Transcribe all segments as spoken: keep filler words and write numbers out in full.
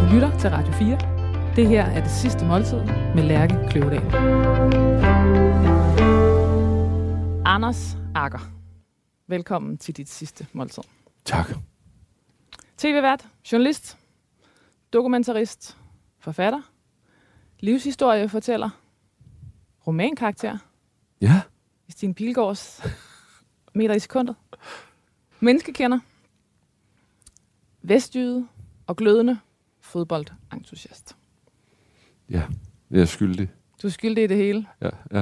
Du lytter til Radio fire. Det her er Det Sidste Måltid med Lærke Kløvedal. Anders Agger, velkommen til dit sidste måltid. Tak. T V-vært, journalist, dokumentarist, forfatter, livshistoriefortæller, romankarakter. Ja. Stine Pilgaards meter i sekundet. Menneskekender. Vestjyde og glødende fodboldentusiast. Ja, jeg er skyldig. Du er skyldig i det hele. Ja, ja.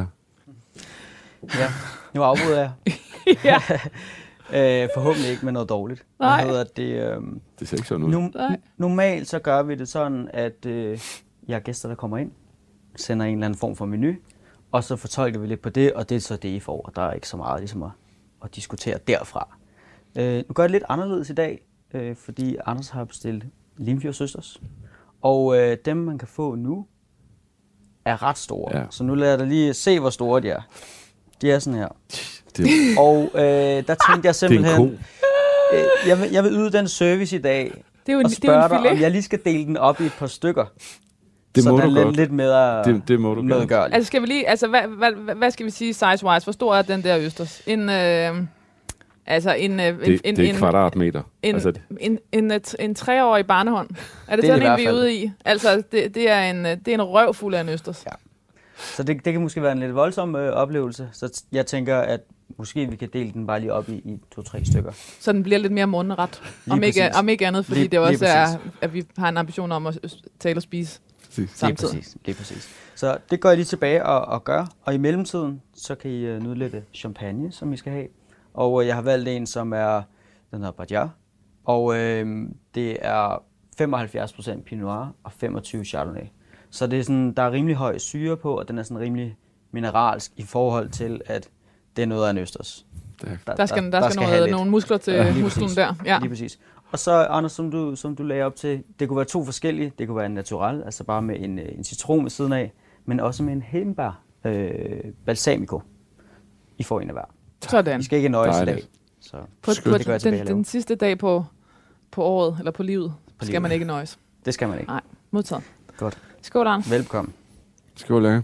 Ja, nu afbryder jeg. Ja. øh, forhåbentlig ikke med noget dårligt. Nej. Hvad hedder det? Øh, Det ser ikke sådan ud. nu, normalt så gør vi det sådan, at øh, jeg har gæster, der kommer ind, sender en eller anden form for menu, og så fortolker vi lidt på det, og det er så det, I får. Og der er ikke så meget ligesom at, at diskutere derfra. Øh, nu gør det lidt anderledes i dag, øh, fordi Anders har bestilt Limfjord Søsters. Og øh, dem, man kan få nu, er ret store. Ja. Så nu lader jeg dig lige se, hvor store de er. De er sådan her. Det, Og øh, der tænkte jeg simpelthen, det er en ko. øh, jeg, vil, jeg vil yde den service i dag, Det er jo en, og det er jo spørge en dig, filet. om jeg lige skal dele den op i et par stykker. Det så må den du er godt. lidt, lidt mere Det, det må du godt. medgørlig. Altså skal vi lige, altså hvad, hvad, hvad, hvad skal vi sige size-wise? Hvor stor er den der østers? En, øh, altså en, øh, Det, en, det er en, kvadratmeter. en, altså, en, en, en, en treårig barnehånd. Er det, Det er sådan det i en, hvert vi er fald. ude i? Altså det, det, er en, det er en røv fuld af en østers. Ja. Så det, det kan måske være en lidt voldsom øh, oplevelse. Så t- jeg tænker, at måske vi kan dele den bare lige op i, i to-tre stykker. Så den bliver lidt mere mundret. Om Lige ikke, præcis. om ikke andet, fordi Lige- det også lige er, præcis. at vi har en ambition om at s- tale og spise præcis. Lige samtidig. præcis. Lige præcis. Så det går jeg lige tilbage og, og gør. Og i mellemtiden, så kan I uh, nyde lidt champagne, som I skal have. Og uh, jeg har valgt en, som er, den hedder Bardia. Og øh, det er femoghalvfjerds procent Pinot Noir og femogtyve Chardonnay. Så det er sådan, der er rimelig høj syre på, og den er sådan rimelig mineralsk i forhold til, at det er noget af en østers. Der skal, der, der skal, noget, nogle muskler til Ja, lige musklen præcis. der. Ja. Lige præcis. Og så, Anders, som du, som du lagde op til, det kunne være to forskellige. Det kunne være en natural, altså bare med en, en citron ved siden af, men også med en hindbær øh, balsamico. I får en af hver. Sådan. I skal ikke nøjes i dag. Dejligt. Så På, Skønt. på Det gør jeg tilbage den, at lave. den sidste dag på, på året, eller på livet, På skal livet. man ikke nøjes. det skal man ikke. Nej, modtaget. Godt. Skål, Anders. Velkommen. Skål, Lærke.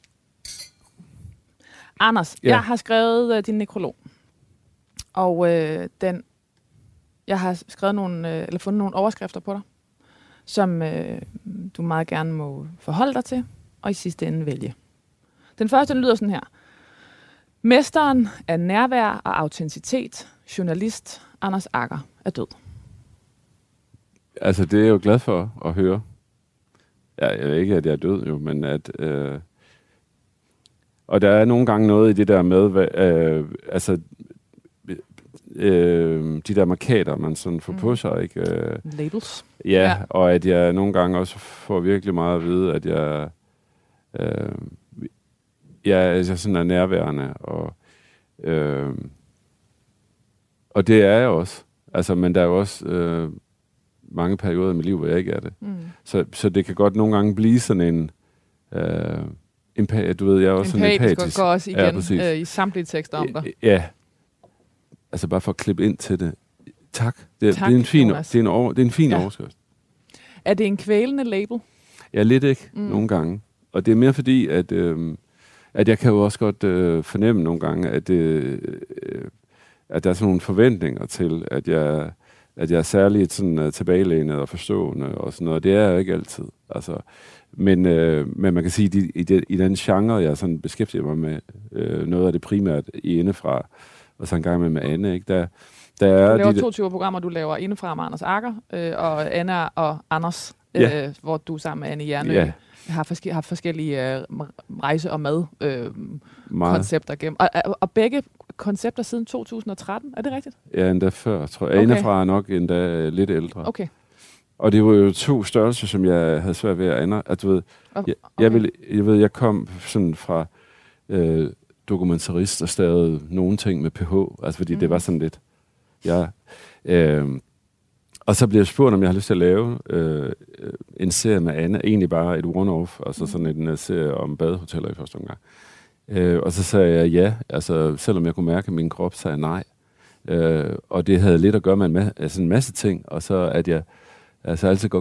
Anders, Ja. jeg har skrevet uh, din nekrolog. Og uh, den, jeg har skrevet nogle, uh, eller fundet nogle overskrifter på dig, som uh, du meget gerne må forholde dig til, og i sidste ende vælge. Den første den lyder sådan her. Mesteren af nærvær og autenticitet, journalist Anders Agger, er død. Altså, det er jeg jo glad for at høre. Ja, jeg ved ikke, at jeg er død jo, men at... Øh, og der er nogle gange noget i det der med, hvad, øh, altså... Øh, de der markader, man sådan får på sig, ikke? Øh, Labels. ja, Ja. ja, og at jeg nogle gange også får virkelig meget at vide, at jeg... Øh, ja, altså sådan er nærværende, og... Øh, og det er jeg også. Altså, men der er jo også... Øh, mange perioder i mit liv, hvor jeg ikke er det. Mm. Så, så det kan godt nogle gange blive sådan en... Øh, empa- du ved, jeg er også sådan Empatisk empatisk. går også Ja, igen præcis. øh, i samtlige tekster om dig. Ja. Altså bare for at klippe ind til det. Tak. Det, Tak, det er en fin, Jonas. det er en, over, det er en fin Ja. ja. overskrift. Er det en kvælende label? Ja, lidt ikke. Mm. Mm. Nogle gange. Og det er mere fordi, at, øh, at jeg kan jo også godt øh, fornemme nogle gange, at, det, øh, at der er sådan nogle forventninger til, at jeg, at jeg er særligt sådan, uh, tilbagelænet og forstående og sådan noget. Det er jeg ikke altid. Altså, men, øh, men man kan sige, at i, i, det, i den genre, jeg sådan beskæftiger mig med, øh, noget af det primært i indefra, og så en gang med, med Anne, ikke? Der, der er Du laver de, toogtyve programmer, du laver indefra med Anders Agger, øh, og Anna og Anders, øh, Ja. hvor du sammen med Anne Hjernø Ja. har, forske- har forskellige øh, rejse- og meget, mad-koncepter gennem. Og, og, og begge koncepter siden to tusind og tretten, er det rigtigt? ja, endda før, tror jeg. Okay. Okay. Indefra er nok endda lidt ældre. Okay. Og det var jo to størrelser, som jeg havde svært ved at andre. At, du ved, Og, jeg, okay. jeg, vil, jeg ved, jeg kom sådan fra øh, dokumentarist og stadig nogle ting med P H, altså fordi mm. det var sådan lidt... Ja, øh, og så blev jeg spurgt, om jeg har lyst til at lave øh, en serie med Anne, egentlig bare et one-off, altså sådan en uh, serie om badehoteller i første omgang. Øh, og så sagde jeg ja, altså selvom jeg kunne mærke, at min krop sagde nej. Øh, og det havde lidt at gøre med en, ma- altså en masse ting, og så at jeg altså altid godt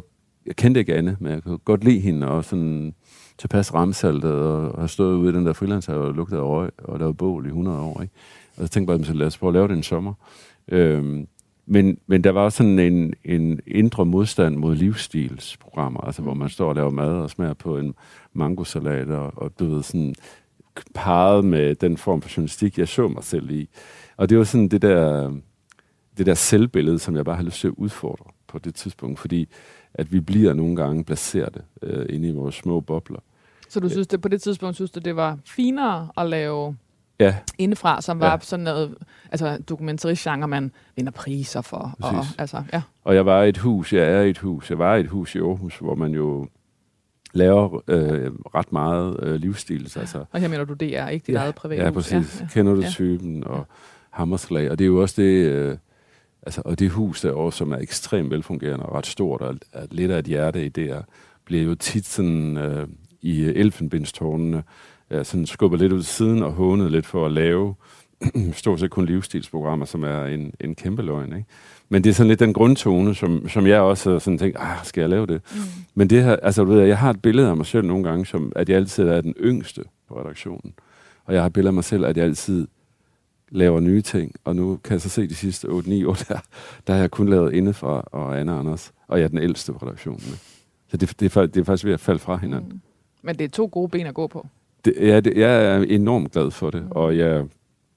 jeg kendte ikke Anne, men jeg kunne godt lide hende, og sådan tilpas ramsaltet, og, og have stået ude i den der frilandshave og lugtet af røg, og lavet bål i hundrede år, ikke? Og så tænkte jeg, så lad os prøve at lave det en sommer. Øhm, men, men der var også sådan en, en indre modstand mod livsstilsprogrammer, altså hvor man står og laver mad og smager på en mangosalat, og, og du ved, sådan parret med den form for journalistik, jeg så mig selv i. Og det var sådan det der, det der selvbillede, som jeg bare har lyst til at udfordre på det tidspunkt, fordi at vi bliver nogle gange placeret øh, inde i vores små bobler. Så du synes, det på det tidspunkt synes du, det var finere at lave ja. indefra, som var ja. sådan noget, altså dokumentarist-genre, man vinder priser for. Og, altså, ja. og jeg var i et hus, jeg er i et hus, jeg var i et hus i Aarhus, hvor man jo laver øh, ret meget øh, livsstil. Altså. Og her mener du, det er ikke dit ja. eget private ja, hus? præcis. Ja, ja. Kender du ja. typen og ja. hammerslag, og det er jo også det... Øh, Altså, og det hus derovre, som er ekstremt velfungerende og ret stort, og er lidt af et hjerte i det her, bliver jo tit sådan øh, i elfenbenstårnene, øh, sådan skubber lidt ud til siden og hånet lidt for at lave stort set kun livsstilsprogrammer, som er en, en kæmpe løgn, ikke? Men det er sådan lidt den grundtone, som, som jeg også sådan tænker, ah, skal jeg lave det? Mm. Men det her, altså du ved, jeg har et billede af mig selv nogle gange, som at jeg altid er den yngste på redaktionen. Og jeg har et billede af mig selv, at jeg altid laver nye ting, og nu kan jeg så se de sidste otte ni år, der, der har jeg kun lavet Indefra og Anne Anders, og jeg er den ældste på redaktionen. Så det, det, er, det er faktisk ved at falde fra hinanden. Mm. Men det er to gode ben at gå på. Det, ja, det, jeg er enormt glad for det, mm. og, jeg,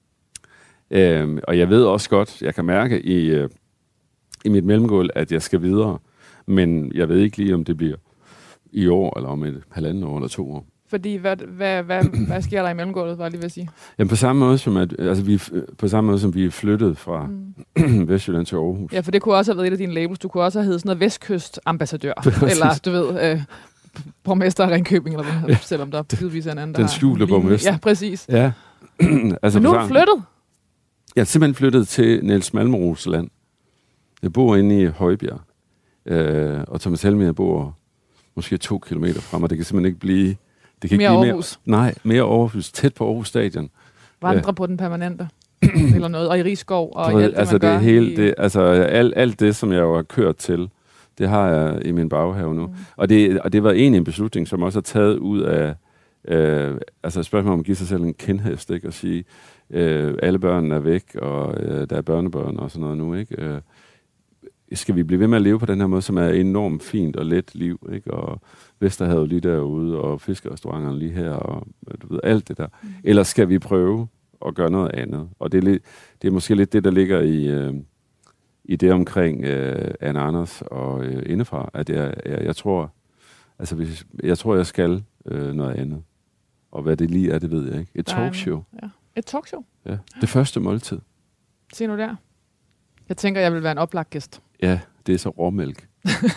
øh, og jeg ved også godt, jeg kan mærke i, øh, i mit mellemgulv, at jeg skal videre, men jeg ved ikke lige, om det bliver i år, eller om et halvanden år, eller to år. Fordi, hvad, hvad, hvad, hvad sker der i mellemgulvet, var jeg lige ved at sige? Jamen på samme måde som, at, altså vi, på samme måde, som vi er flyttet fra mm. Vestjylland til Aarhus. Ja, for det kunne også have været et af dine labels. Du kunne også have heddet sådan noget Vestkystambassadør. Eller, du ved, øh, borgmester af Ringkøbing, eller hvad, selvom der givetvis er en anden, der den skjulte borgmester. Ja, præcis. Ja. altså, Men nu er du flyttet? Jeg er simpelthen flyttet til Niels Malmros land. Jeg bor inde i Højbjerg. Øh, og Thomas Helmig bor måske to kilometer fra mig. Det kan simpelthen ikke blive... Det kan mere ikke blive Aarhus? Mere, nej, mere Aarhus. Tæt på Aarhus Stadion. Vandre ja. på den permanente. eller noget. Og i Rigskov. Og ved, i alt det, altså man det gør. Hele, I... det, altså alt, alt det, som jeg jo har kørt til, det har jeg i min baghave nu. Mm. Og, det, og det var egentlig en beslutning, som også er taget ud af... Øh, altså spørgsmål om at give sig selv en kindhest, ikke? Og sige, øh, alle børnene er væk, og øh, der er børnebørn og sådan noget nu, ikke? Øh, skal vi blive ved med at leve på den her måde, som er enormt fint og let liv, ikke? Og Vesterhavet lige derude, og fiskerestauranterne lige her, og du ved, alt det der. Mm. Eller skal vi prøve at gøre noget andet? Og det er, lidt, det er måske lidt det, der ligger i, øh, i det omkring øh, Anne Anders og øh, Indefra, at jeg, jeg, jeg tror, altså hvis, jeg tror, jeg skal øh, noget andet. Og hvad det lige er, det ved jeg ikke. Et talkshow. Ja. Et talkshow? Ja, det første måltid. Se nu der. Jeg tænker, jeg vil være en oplagt gæst. Ja, det er så råmælk.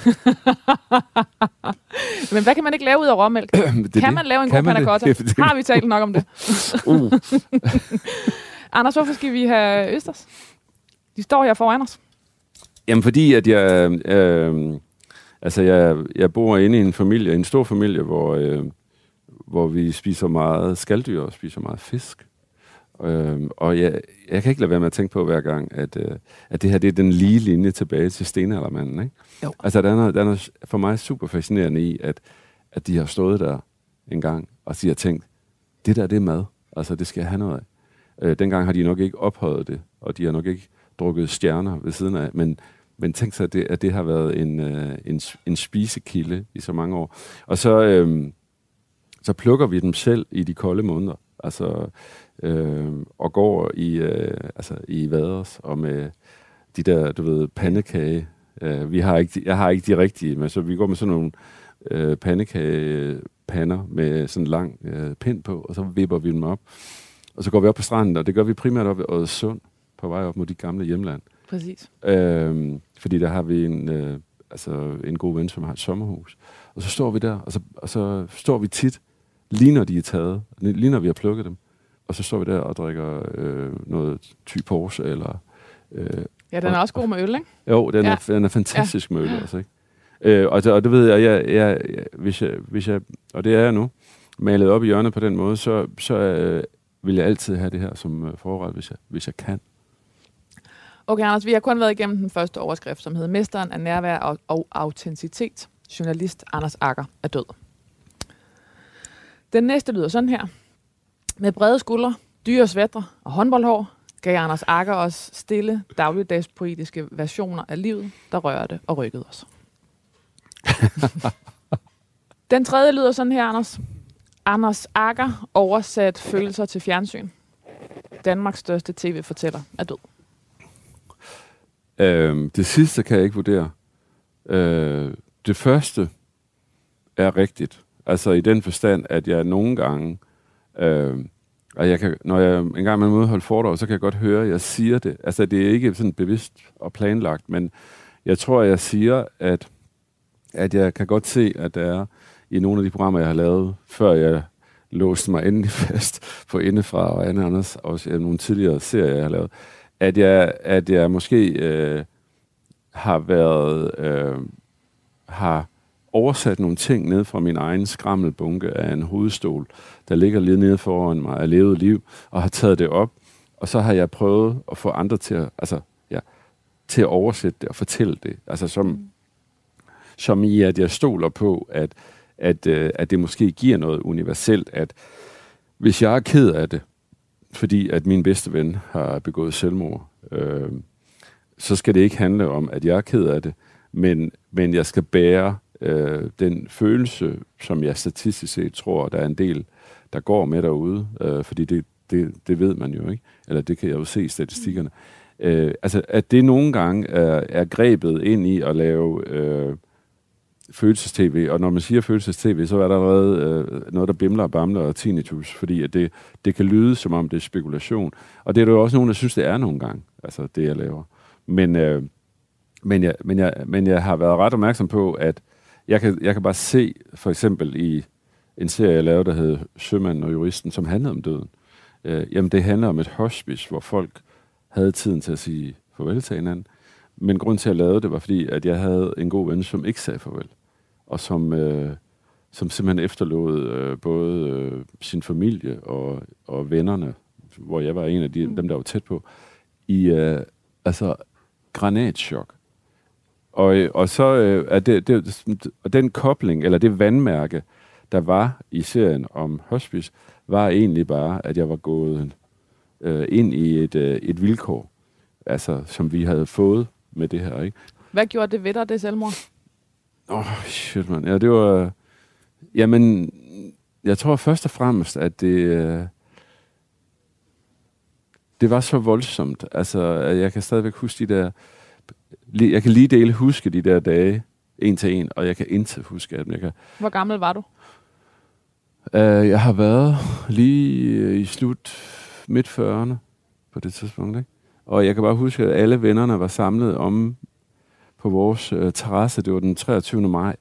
Men hvad kan man ikke lave ud af råmælk? det kan det? man lave en kan god panna cotta? Har vi talt nok om det? uh. Anders, hvorfor skal vi have østers? De står her foran os. Jamen fordi, at jeg, øh, altså jeg, jeg bor inde i en familie, en stor familie, hvor, øh, hvor vi spiser meget skaldyr og spiser meget fisk. Øhm, og jeg, jeg kan ikke lade være med at tænke på hver gang, at, øh, at det her det er den lige linje tilbage til stenaldermanden, ikke? Jo. Altså, der er, noget, der er noget for mig super fascinerende i, at, at de har stået der en gang, og de har tænkt, det der, det er mad. Altså, det skal jeg have noget af. Øh, dengang har de nok ikke ophøjet det, og de har nok ikke drukket stjerner ved siden af, men, men tænk sig, at det, at det har været en, øh, en, en spisekilde i så mange år. Og så, øh, så plukker vi dem selv i de kolde måneder. Altså, øh, og går i, øh, altså, i vaders og med de der, du ved, pandekage. Øh, vi har ikke, jeg har ikke de rigtige, men så vi går med sådan nogle øh, pandekagepander med sådan en lang øh, pind på, og så vipper vi dem op. Og så går vi op på stranden, og det gør vi primært op ved Oddesund, på vej op mod de gamle hjemland. Præcis. Øh, fordi der har vi en, øh, altså, en god ven, som har et sommerhus. Og så står vi der, og så, og så står vi tit, lige når de er taget, lige når vi har plukket dem, og så står vi der og drikker øh, noget Thy Porsche, eller... Øh, ja, den er og, også god med øl, ikke? Jo, den, ja. er, den er fantastisk ja. med øl, altså, ikke? Øh, og, det, og det ved jeg, jeg, jeg, jeg, hvis jeg, hvis jeg, og det er jeg nu, malet op i hjørnet på den måde, så, så øh, vil jeg altid have det her som øh, forret, hvis jeg, hvis jeg kan. Okay, Anders, vi har kun været igennem den første overskrift, som hedder Mesteren af nærvær og, og autenticitet. journalist Anders Agger er død. Den næste lyder sådan her. Med brede skuldre, dyre svætre og håndboldhår gav Anders Agger os stille, dagligdags poetiske versioner af livet, der rørte og rykkede os. Den tredje lyder sådan her, Anders. Anders Agger oversat følelser til fjernsyn. Danmarks største tv-fortæller er død. Øh, det sidste kan jeg ikke vurdere. Øh, det første er rigtigt. Altså i den forstand, at jeg nogle gange, øh, og jeg kan, når jeg engang med møde holder foredrag, så kan jeg godt høre, at jeg siger det. Altså det er ikke sådan bevidst og planlagt, men jeg tror, at jeg siger, at, at jeg kan godt se, at der er i nogle af de programmer, jeg har lavet, før jeg låste mig endelig fast på Indefra og Anne Anders, og nogle tidligere serier, jeg har lavet, at jeg, at jeg måske øh, har været, øh, har oversat nogle ting ned fra min egen skrammelbunke af en hovedstol, der ligger lige nede foran mig af levet liv, og har taget det op, og så har jeg prøvet at få andre til at, altså, ja, til at oversætte det og fortælle det. Altså som, mm. som i, at jeg stoler på, at, at, øh, at det måske giver noget universelt, at hvis jeg er ked af det, fordi at min bedste ven har begået selvmord, øh, så skal det ikke handle om, at jeg er ked af det, men, men jeg skal bære øh, den følelse, som jeg statistisk set tror, der er en del, der går med derude, øh, fordi det, det, det ved man jo ikke, eller det kan jeg jo se i statistikkerne. Øh, altså, at det nogle gange er, er grebet ind i at lave øh, følelses-tv, og når man siger følelses-tv, så er der allerede øh, noget, der bimler og bamler og tinnitus, fordi at det, det kan lyde, som om det er spekulation. Og det er der jo også nogen, der synes, det er nogle gange, altså det, jeg laver. Men, øh, men, jeg, men, jeg, men jeg har været ret opmærksom på, at jeg kan, jeg kan bare se, for eksempel i en serie, jeg lavede, der hed Sømanden og Juristen, som handlede om døden. Øh, jamen, det handler om et hospice, hvor folk havde tiden til at sige farvel til hinanden. Men grund til, at jeg lavede det, var fordi, at jeg havde en god ven, som ikke sagde farvel. Og som, øh, som simpelthen efterlod øh, både øh, sin familie og, og vennerne, hvor jeg var en af de, mm. dem, der var tæt på, i øh, altså granatschok. Og, og så øh, er det, det, og den kobling, eller det vandmærke, der var i serien om hospice, var egentlig bare, at jeg var gået øh, ind i et, øh, et vilkår, altså, som vi havde fået med det her, ikke? Hvad gjorde det ved dig, det selvmord? Åh, oh, shit, man. Ja, det var... Jamen, jeg tror først og fremmest, at det... Øh, det var så voldsomt. Altså, jeg kan stadigvæk huske de der... Jeg kan lige dele huske de der dage, en til en, og jeg kan intet huske af dem. Jeg kan, Hvor gammel var du? Øh, jeg har været lige i slut midt fyrrerne på det tidspunkt, ikke? Og jeg kan bare huske, at alle vennerne var samlet om på vores øh, terrasse. Det var den treogtyvende maj.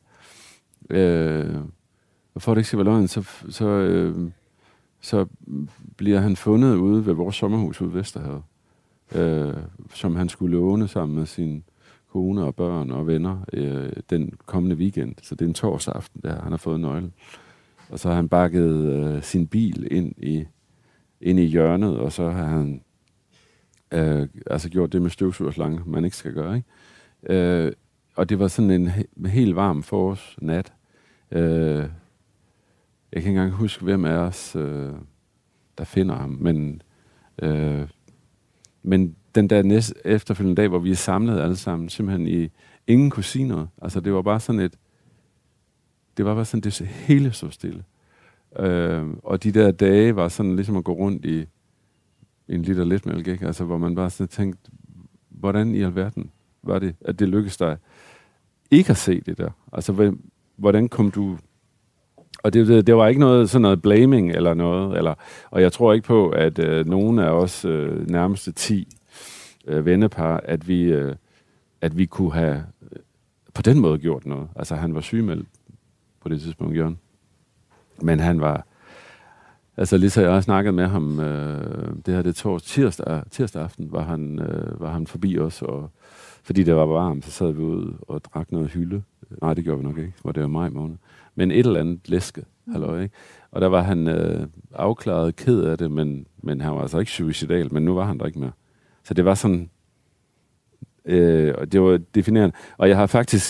Øh, og for at det ikke skal være løgn, så, så, øh, så bliver han fundet ude ved vores sommerhus ude i Vesterhavet, øh, som han skulle låne sammen med sin kone og børn og venner øh, den kommende weekend. Så det er en torsdag aften, der han har fået nøglen. Og så har han bakket øh, sin bil ind i, ind i hjørnet, og så har han øh, altså gjort det med støvsugerslange, man ikke skal gøre, ikke? Øh, og det var sådan en he- helt varm forårsnat. Øh, jeg kan ikke engang huske, hvem af os, øh, der finder ham, men, øh, men den der næste efterfølgende dag, hvor vi er samlet alle sammen, simpelthen i ingen kunne sige noget. Altså det var bare sådan et, det var bare sådan, det hele så stille. Øh, og de der dage var sådan ligesom at gå rundt i en liter letmælk, ikke? Altså hvor man bare sådan tænkte, hvordan i alverden var det, at det lykkedes dig ikke at se det der? Altså, hvordan kom du... Og det, det, det var ikke noget sådan noget blaming eller noget, eller, og jeg tror ikke på, at øh, nogen af os øh, nærmeste ti øh, vennepar, at vi, øh, at vi kunne have øh, på den måde gjort noget. Altså, han var sygemeldt på det tidspunkt, Jørgen. Men han var... Altså, lige så jeg har snakket med ham, øh, det her det tors, tirsdag, tirsdag aften, var han, øh, var han forbi os, og fordi det var varmt, så sad vi ude og drak noget hylde. Nej, det gjorde vi nok ikke, hvor det var maj måned. Men et eller andet læske, halløj, ikke? Og der var han øh, afklaret ked af det, men, men han var altså ikke suicidal, men nu var han der ikke mere. Så det var sådan, øh, og det var definerende. Og jeg har faktisk,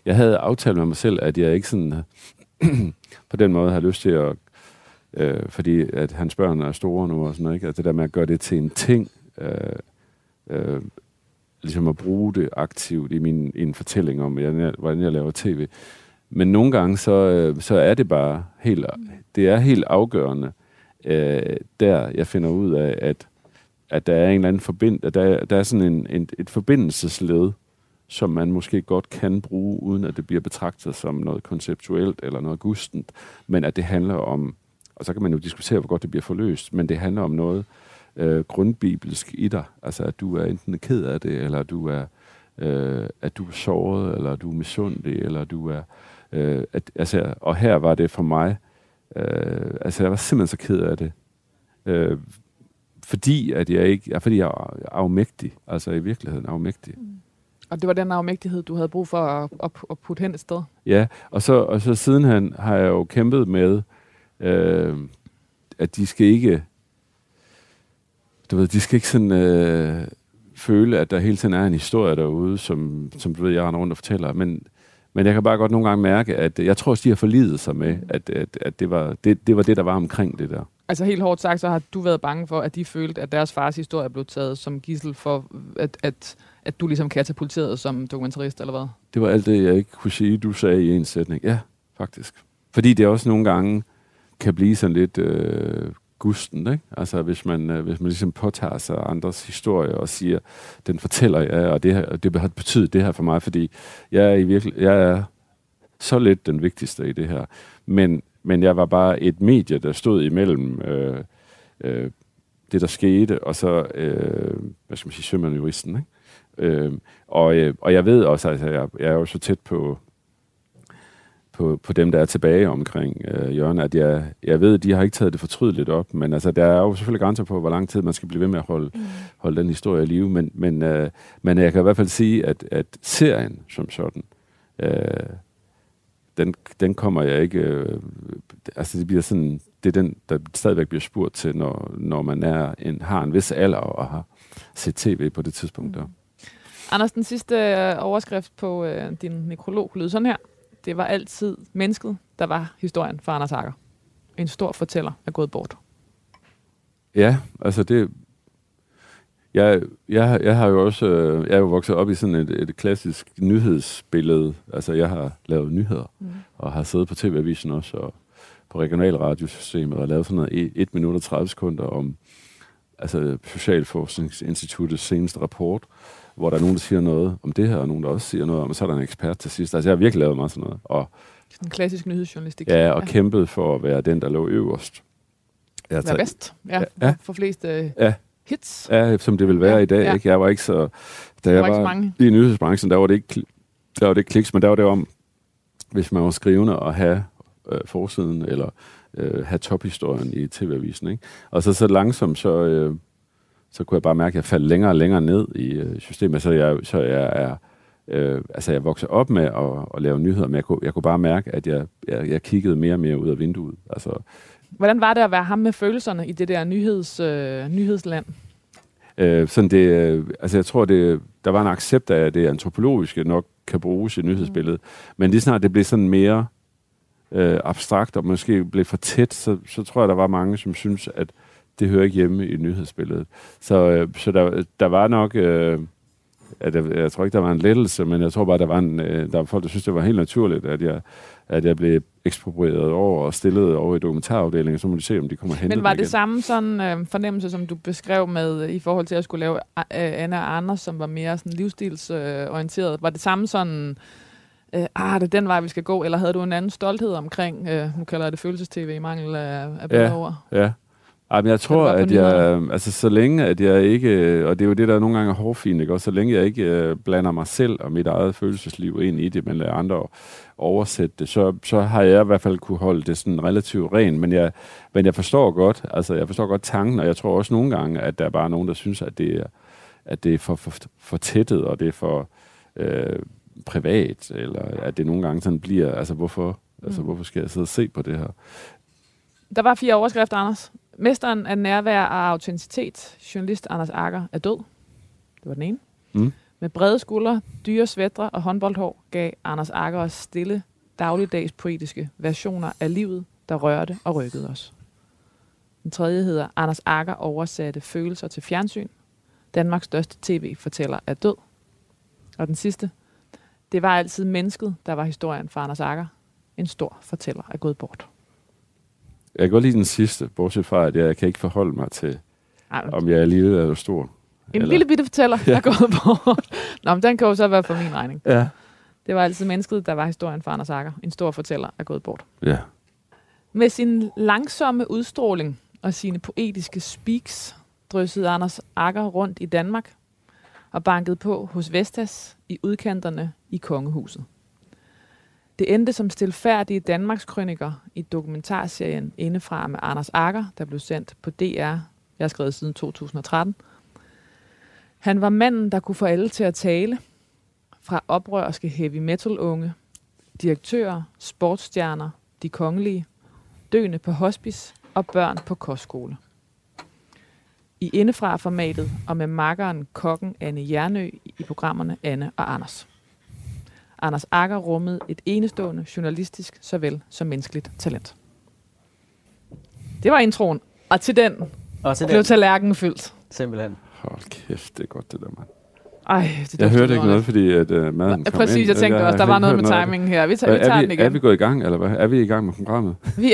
jeg havde aftalt med mig selv, at jeg ikke sådan på den måde har lyst til at, øh, fordi at hans børn er store nu og sådan noget, ikke? Altså det der med at gøre det til en ting, øh, øh, ligesom at bruge det aktivt i min i en fortælling om, hvordan jeg laver tv. Men nogle gange, så, øh, så er det bare helt, det er helt afgørende, øh, der jeg finder ud af, at, at der er en eller anden forbind, at der, der er sådan en, en, et forbindelsesled, som man måske godt kan bruge, uden at det bliver betragtet som noget konceptuelt eller noget gustent, men at det handler om, og så kan man jo diskutere, hvor godt det bliver forløst, men det handler om noget øh, grundbibelsk i dig, altså at du er enten ked af det, eller du er, øh, at du er såret, eller du er misundelig, eller du er, øh, at, altså, og her var det for mig, øh, altså jeg var simpelthen så ked af det, øh, fordi at jeg ikke, fordi jeg er afmægtig, altså i virkeligheden afmægtig. Mm. Og det var den afmægtighed, du havde brug for at, at, at putte hen et sted? Ja, og så, og så sidenhen har jeg jo kæmpet med, øh, at de skal ikke, du ved, de skal ikke sådan øh, føle, at der hele tiden er en historie derude, som, som du ved, jeg render rundt og fortæller. Men, men jeg kan bare godt nogle gange mærke, at jeg tror også, de har forlidet sig med, at, at, at det, var, det, det var det, der var omkring det der. Altså helt hårdt sagt, så har du været bange for, at de følte, at deres fars historie blev taget som gidsel for, at, at, at du ligesom katapulterede som dokumentarist, eller hvad? Det var alt det, jeg ikke kunne sige, du sagde i en sætning. Ja, faktisk. Fordi det også nogle gange kan blive sådan lidt øh, gusten, ikke? Altså hvis man, øh, hvis man ligesom påtager sig andres historie og siger, den fortæller jeg, og det, her, det har betydet det her for mig, fordi jeg er, i virkelig, jeg er så lidt den vigtigste i det her. Men Men jeg var bare et medie, der stod imellem øh, øh, det, der skete, og så, øh, hvad skal man sige, sømandjuristen, ikke? Øh, og, øh, og jeg ved også, altså, jeg, jeg er jo så tæt på, på, på dem, der er tilbage omkring øh, Jørgen, at jeg, jeg ved, at de har ikke taget det fortrydeligt op, men altså, der er jo selvfølgelig grænser på, hvor lang tid man skal blive ved med at holde, mm. holde den historie i live, men, men, øh, men jeg kan i hvert fald sige, at, at serien som sådan, øh, Den, den kommer jeg ikke... Øh, altså, det bliver sådan... Det er den, der stadigvæk bliver spurgt til, når, når man er en, har en vis alder og har set tv på det tidspunkt der. Mm. Anders, den sidste øh, overskrift på øh, din nekrolog lyder sådan her. Det var altid mennesket, der var historien for Anders Agger. En stor fortæller er gået bort. Ja, altså det... Jeg, jeg, jeg har jo også, øh, jeg er jo vokset op i sådan et, et klassisk nyhedsbillede. Altså, jeg har lavet nyheder, mm. og har siddet på T V-avisen også, og på regionalradiosystemet, og lavet sådan noget et minut og tredive sekunder om altså, Socialforskningsinstituttets seneste rapport, hvor der er nogen, der siger noget om det her, og nogen, der også siger noget om, og så er der en ekspert til sidst. Altså, jeg har virkelig lavet meget sådan noget. Og, sådan en klassisk nyhedsjournalistik. Ja, og ja. kæmpet for at være den, der lå øverst. Være tager, bedst, ja, ja. For flest øh, ja. hits. Ja, som det vil være ja, i dag. Ja. Ikke? Jeg var ikke så... Da jeg var, var i nyhedsbranchen, der var det ikke, der var det ikke kliks, men der var det om, hvis man var skrivende og have øh, forsiden, eller øh, have tophistorien i T V-avisen. Ikke? Og så, så langsomt, så, øh, så kunne jeg bare mærke, at jeg faldt længere og længere ned i øh, systemet. Så jeg, så jeg er... Øh, altså, jeg voksede op med at, at lave nyheder, men jeg kunne, jeg kunne bare mærke, at jeg, jeg, jeg kiggede mere og mere ud af vinduet. Altså... Hvordan var det at være ham med følelserne i det der nyheds, øh, nyhedsland? Øh, sådan det, øh, altså jeg tror, det, der var en accept af, at det antropologiske nok kan bruges i nyhedsbilledet. Mm. Men lige snart det blev sådan mere øh, abstrakt, og måske blev for tæt, så, så tror jeg, der var mange, som synes, at det hører ikke hjemme i nyhedsbilledet. Så, øh, så der, der var nok... Øh, at jeg, jeg tror ikke, der var en lettelse, men jeg tror bare, der var, en, øh, der var folk, der synes, det var helt naturligt, at jeg, at jeg blev eksproprieret over og stillet over i dokumentarafdelingen, så må de se, om de kommer hen. Men var det igen. Samme sådan øh, fornemmelse, som du beskrev med, i forhold til at skulle lave øh, Anna og Anders, som var mere sådan livsstilsorienteret? Øh, var det samme sådan, øh, ah, det er den vej, vi skal gå, eller havde du en anden stolthed omkring, øh, nu kalder jeg det følelses-tv i mangel af, af bedre ja, ord? Ja, Ej, men jeg tror, at jeg, altså så længe, at jeg ikke, og det er jo det, der nogle gange er hårfint, ikke? Og så længe jeg ikke uh, blander mig selv og mit eget følelsesliv ind i det, men lader andre oversætte det, så, så har jeg i hvert fald kunne holde det sådan relativt rent, men jeg, men jeg forstår godt, altså jeg forstår godt tanken, og jeg tror også nogle gange, at der er bare nogen, der synes, at det er, at det er for, for, for tættet, og det er for øh, privat, eller at det nogle gange sådan bliver, altså hvorfor, mm. altså hvorfor skal jeg sidde og se på det her? Der var fire overskrifter, Anders. Mesteren af nærvær og autenticitet. Journalist Anders Agger er død. Det var den ene. Mm. Med brede skuldre, dyre svætre og håndboldhår gav Anders Agger os stille, dagligdags poetiske versioner af livet, der rørte og rykkede os. Den tredje hedder Anders Agger oversatte følelser til fjernsyn. Danmarks største tv-fortæller er død. Og den sidste, det var altid mennesket, der var historien for Anders Agger. En stor fortæller er gået bort. Jeg kan godt lide den sidste, bortset fra, at jeg kan ikke forholde mig til, Ej, om jeg er lille eller stor. En eller... lille bitte fortæller, der er gået bort. Nå, men den kan jo så være for min regning. Ja. Det var altid mennesket, der var historien for Anders Agger. En stor fortæller er gået bort. Ja. Med sin langsomme udstråling og sine poetiske speaks dryssede Anders Agger rundt i Danmark og bankede på hos Vestas i udkanterne i kongehuset. Det endte som stilfærdige Danmarks krøniker i dokumentarserien Indefra med Anders Agger, der blev sendt på D R. Jeg har skrevet siden to tusind og tretten. Han var manden, der kunne få alle til at tale, fra oprørske heavy metal unge, direktører, sportsstjerner, de kongelige, døende på hospice og børn på kostskole. I Indefra-formatet og med makkeren kokken Anne Jernø i programmerne Anne og Anders. Anders Agger rummede et enestående journalistisk såvel som menneskeligt talent. Det var introen, og til den Og til blev den, tallerkenen fyldt. simpelthen. Hold kæft, det er godt, det der, mand. Ej, det Jeg hørte ikke noget, fordi at, uh, maden kom Præcis, ind. jeg tænkte jeg også, der har var ikke noget hørt med af det. timingen her. Vi tager, vi tager er, den vi, igen. er vi gået i gang, eller hvad? Er vi i gang med programmet? Vi er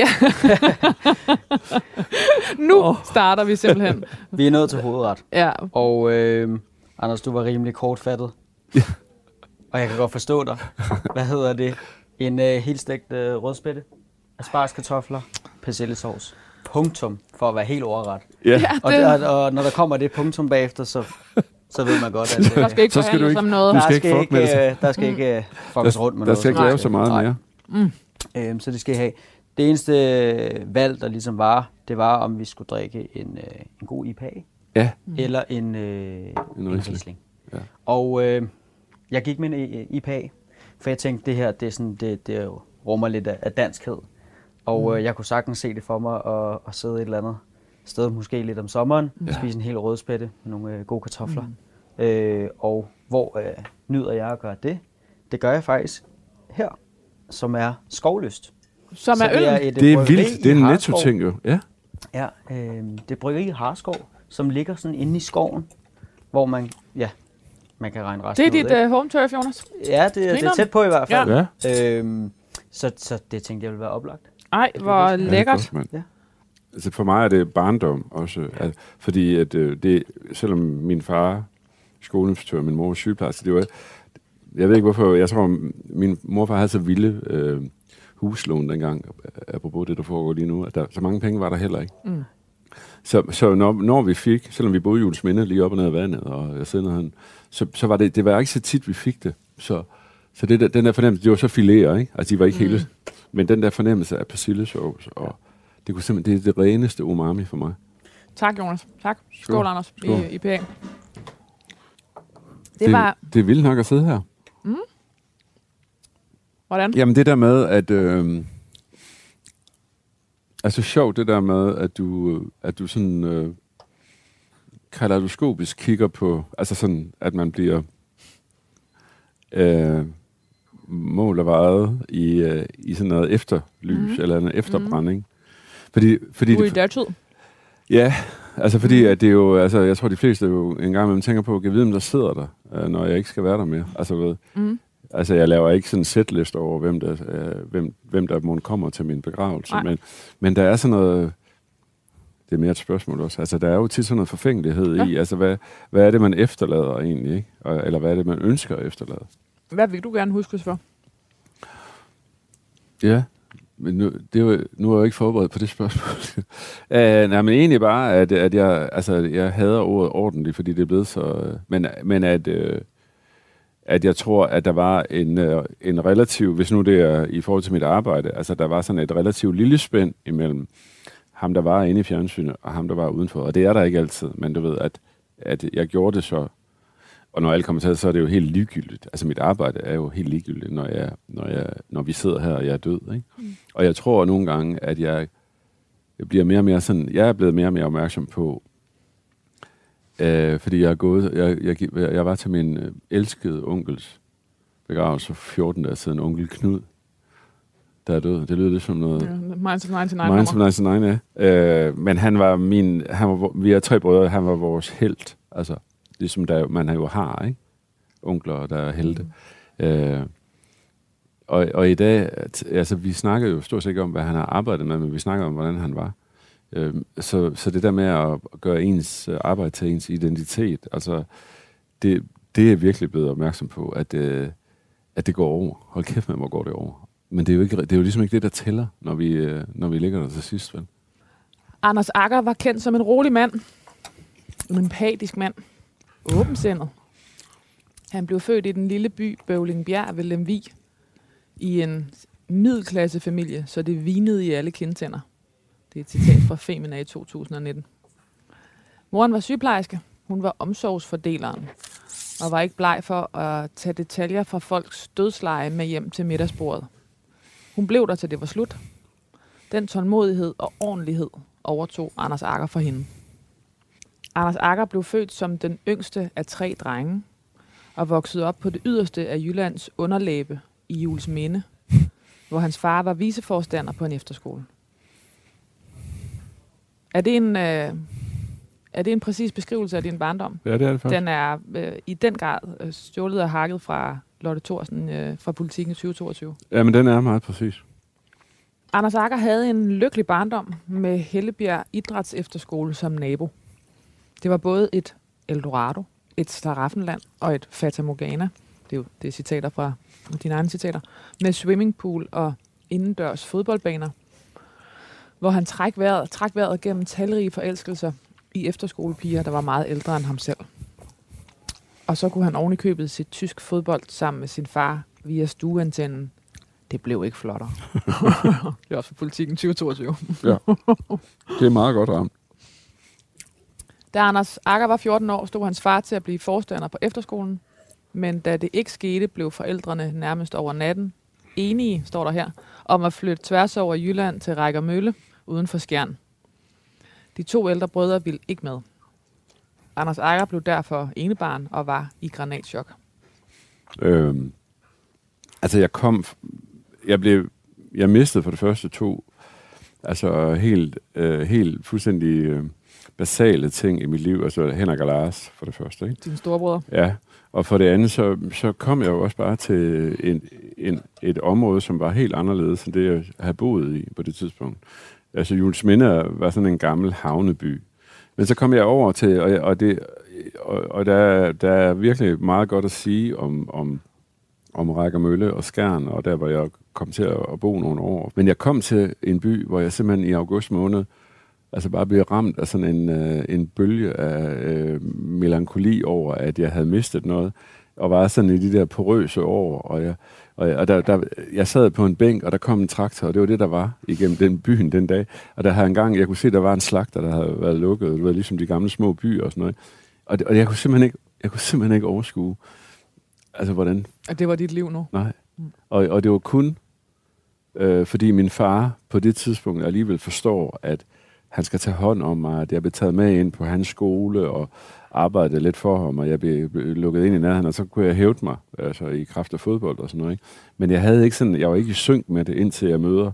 nu oh. starter vi simpelthen. Vi er nået til hovedret. Ja. Og øh, Anders, du var rimelig kortfattet. Ja. Og jeg kan godt forstå dig. Hvad hedder det? En øh, helt stegt øh, rødspætte, aspargeskartofler, persillesauce. Punktum, for at være helt overret. Ja. Ja, Og, det, og, og når der kommer det punktum bagefter, så, så ved man godt, at øh, der skal ikke Så skal du forhandles ikke- om noget. du der skal skal ikke fuck med ikke, det. øh, der skal ikke øh, fuckes rundt med Der noget. skal ikke Nej. lave så meget Nej. mere. Mm. Øhm, så det skal I have. Det eneste øh, valg, der ligesom var, det var, om vi skulle drikke en, øh, en god I P A, Ja. Mm. eller en, øh, en Riesling. Riesling. Ja. Og øh, jeg gik med en I P A, for jeg tænkte, det her, det, er sådan, det, det jo rummer lidt af, af danskhed. Og øh, jeg kunne sagtens se det for mig at, at sidde et eller andet sted, måske lidt om sommeren, Ja. spise en hel rødspætte med nogle øh, gode kartofler. Mm. Øh, og hvor øh, nyder jeg at gøre det? Det gør jeg faktisk her, som er Skovlyst. Som Så er øl. et, øh, Det er bryggeri vildt. Det er i en Harskov. netto-ting jo. Ja. Ja, øh, det er bryggeri i Harskov, som ligger sådan inde i skoven, hvor man, ja, man kan regne resten Det er ud, dit ikke? uh, home turf, Jonas. Ja, det, det er Grineren. tæt på i hvert fald. Ja. Øhm, så, så det tænkte jeg ville være oplagt. Ej, hvor Ja, det er lækkert. godt, mand. Ja. Altså for mig er det barndom også, at, fordi at øh, det, selvom min far er skoleinspektør, min mor er sygeplejerske, det var, jeg ved ikke hvorfor, jeg tror min morfar havde så vilde øh, huslån dengang, apropos det der foregår lige nu, at der, så mange penge var der heller ikke. Mm. Så, så når, når vi fik, selvom vi boede i Juelsminde lige op og ned af vandet, og jeg sendte han, så, så var det, det var ikke så tit, vi fik det. Så, så det der, den der fornemmelse, det var så filéer, ikke? Altså, de var ikke mm. hele, men den der fornemmelse af persillesauce, og det kunne simpelthen, det er det reneste umami for mig. Tak, Jonas. Tak. Skål, Skål. Anders, Skål. i I P A. Det, Det, var... det er vildt nok at sidde her. Hvordan? Jamen det der med, at... Øh, altså sjovt det der med, at du, at du sådan... Øh, kaleidoskopisk kigger på... Altså sådan, at man bliver... Øh, mål og vejet i, øh, i sådan noget efterlys, mm. eller en efterbrænding. Fordi, fordi Du er i det, dertid. ja, altså fordi Mm. at det er jo... Altså, jeg tror, de fleste jo en gang imellem tænker på, at jeg ved, om der sidder der, øh, når jeg ikke skal være der mere. Altså ved... Mm. Altså, jeg laver ikke sådan en setlist over, hvem der, øh, hvem, hvem der må kommer til min begravelse. Men, men der er sådan noget... Det er mere et spørgsmål også. Altså, der er jo tit sådan noget forfængelighed ja. i. Altså, hvad, hvad er det, man efterlader egentlig, ikke? Og, eller hvad er det, man ønsker at efterlade? Hvad vil du gerne huskes for? Ja, men nu, det er jo, nu er jeg jo ikke forberedt på det spørgsmål. uh, nej, men egentlig bare, at, at jeg, altså, jeg hader ordet ordentligt, fordi det er blevet så... Men, men at... Uh, at jeg tror, at der var en, øh, en relativ, hvis nu det er i forhold til mit arbejde, altså der var sådan et relativt lille spænd imellem ham, der var inde i fjernsynet, og ham, der var udenfor. Og det er der ikke altid, men du ved, at, at jeg gjorde det så, og når alt kommer til, så er det jo helt ligegyldigt. Altså mit arbejde er jo helt ligegyldigt, når, jeg, når, jeg, når vi sidder her, og jeg er død. Ikke? Mm. Og jeg tror nogle gange, at jeg, jeg bliver mere og mere sådan, jeg er blevet mere og mere opmærksom på, Øh, fordi jeg er gået, jeg, jeg, jeg var til min øh, elskede onkels begravelse for fjorten dage siden, onkel Knud, der er død. Det lyder lidt som noget... Ja, Minds of nioghalvfems. Minds of nioghalvfems, ja. Øh, men han var min... Han var, vi er tre brødre, han var vores helt. Altså, ligesom der, man jo har, ikke? Onkler, der er helte. Mm. Øh, og, og i dag, altså vi snakker jo stort set ikke om, hvad han har arbejdet med, men vi snakker om, hvordan han var. Øh, så, så det der med at gøre ens arbejde til ens identitet, altså, det, det er virkelig blevet opmærksom på, at, øh, at det går over. Hold kæft med, hvor går det over. Men det er jo, ikke, det er jo ligesom ikke det, der tæller, når vi, øh, når vi ligger der til sidst, vel? Anders Agger var kendt som en rolig mand. En empatisk mand. Åbensindet. Han blev født i den lille by Bøvlingbjerg ved Lemvig i en middelklassefamilie, så det vinede i alle kindtænder. Det er et citat fra Femina i to tusind nitten. Moren var sygeplejerske. Hun var omsorgsfordeleren og var ikke bleg for at tage detaljer fra folks dødsleje med hjem til middagsbordet. Hun blev der til det var slut. Den tålmodighed og ordentlighed overtog Anders Agger for hende. Anders Agger blev født som den yngste af tre drenge og voksede op på det yderste af Jyllands underlæbe i Juelsminde, hvor hans far var viceforstander på en efterskole. Er det en, øh, er det en præcis beskrivelse af din barndom? Ja, det er det faktisk. Den er øh, i den grad øh, stjålet og hakket fra Lotte Thorsen øh, fra Politikken i tyve toogtyve. Ja, men den er meget præcis. Anders Agger havde en lykkelig barndom med Hellebjerg Idræts Efterskole som nabo. Det var både et Eldorado, et Slaraffenland og et Fata Morgana. Det er jo det er citater fra dine egne citater. Med swimmingpool og indendørs fodboldbaner, hvor han træk vejret, træk vejret gennem talrige forelskelser i efterskolepiger, der var meget ældre end ham selv. Og så kunne han oven i købet sit tysk fodbold sammen med sin far via stueantennen. Det blev ikke flottere. Det er også for Politikken tyve toogtyve. Ja, det er meget godt ramt. Da Anders Agger var fjorten år, stod hans far til at blive forstander på efterskolen. Men da det ikke skete, blev forældrene nærmest over natten enige, står der her, om at flytte tværs over Jylland til Rækkermølle uden for Skjern. De to ældre brødre ville ikke med. Anders Agger blev derfor enebarn og var i granatchok. Øhm, altså jeg kom, jeg blev, jeg mistede for det første to, altså helt, øh, helt fuldstændig øh, basale ting i mit liv, altså Henrik og Lars for det første, ikke? Dine storebrødre. Ja, og for det andet, så, så kom jeg jo også bare til en, en, et område, som var helt anderledes end det, jeg havde boet i på det tidspunkt. Altså Juelsminde var sådan en gammel havneby. Men så kom jeg over til, og, og, det, og, og der, der er virkelig meget godt at sige om, om, om Rækkermølle og Skjern, og der var jeg kom til at bo nogle år. Men jeg kom til en by, hvor jeg simpelthen i august måned altså bare blev ramt af sådan en, øh, en bølge af øh, melankoli over, at jeg havde mistet noget, og var sådan i de der porøse år, og jeg, og jeg, og der, der, jeg sad på en bænk, og der kom en traktor, og det var det, der var igennem den byen den dag. Og der havde engang, jeg kunne se, der var en slagter, der havde været lukket, det var ligesom de gamle små byer og sådan noget. Og, det, og jeg kunne simpelthen ikke, jeg kunne simpelthen ikke overskue, altså hvordan... Og det var dit liv nu? Nej. Mm. Og, og det var kun, øh, fordi min far på det tidspunkt alligevel forstår, at han skal tage hånd om mig, at jeg blev taget med ind på hans skole og arbejdede lidt for ham, og jeg blev, blev lukket ind i nærheden, og så kunne jeg hævde mig altså i kraft af fodbold og sådan noget. Ikke? Men jeg havde ikke sådan, jeg var ikke i synk med det, indtil jeg møder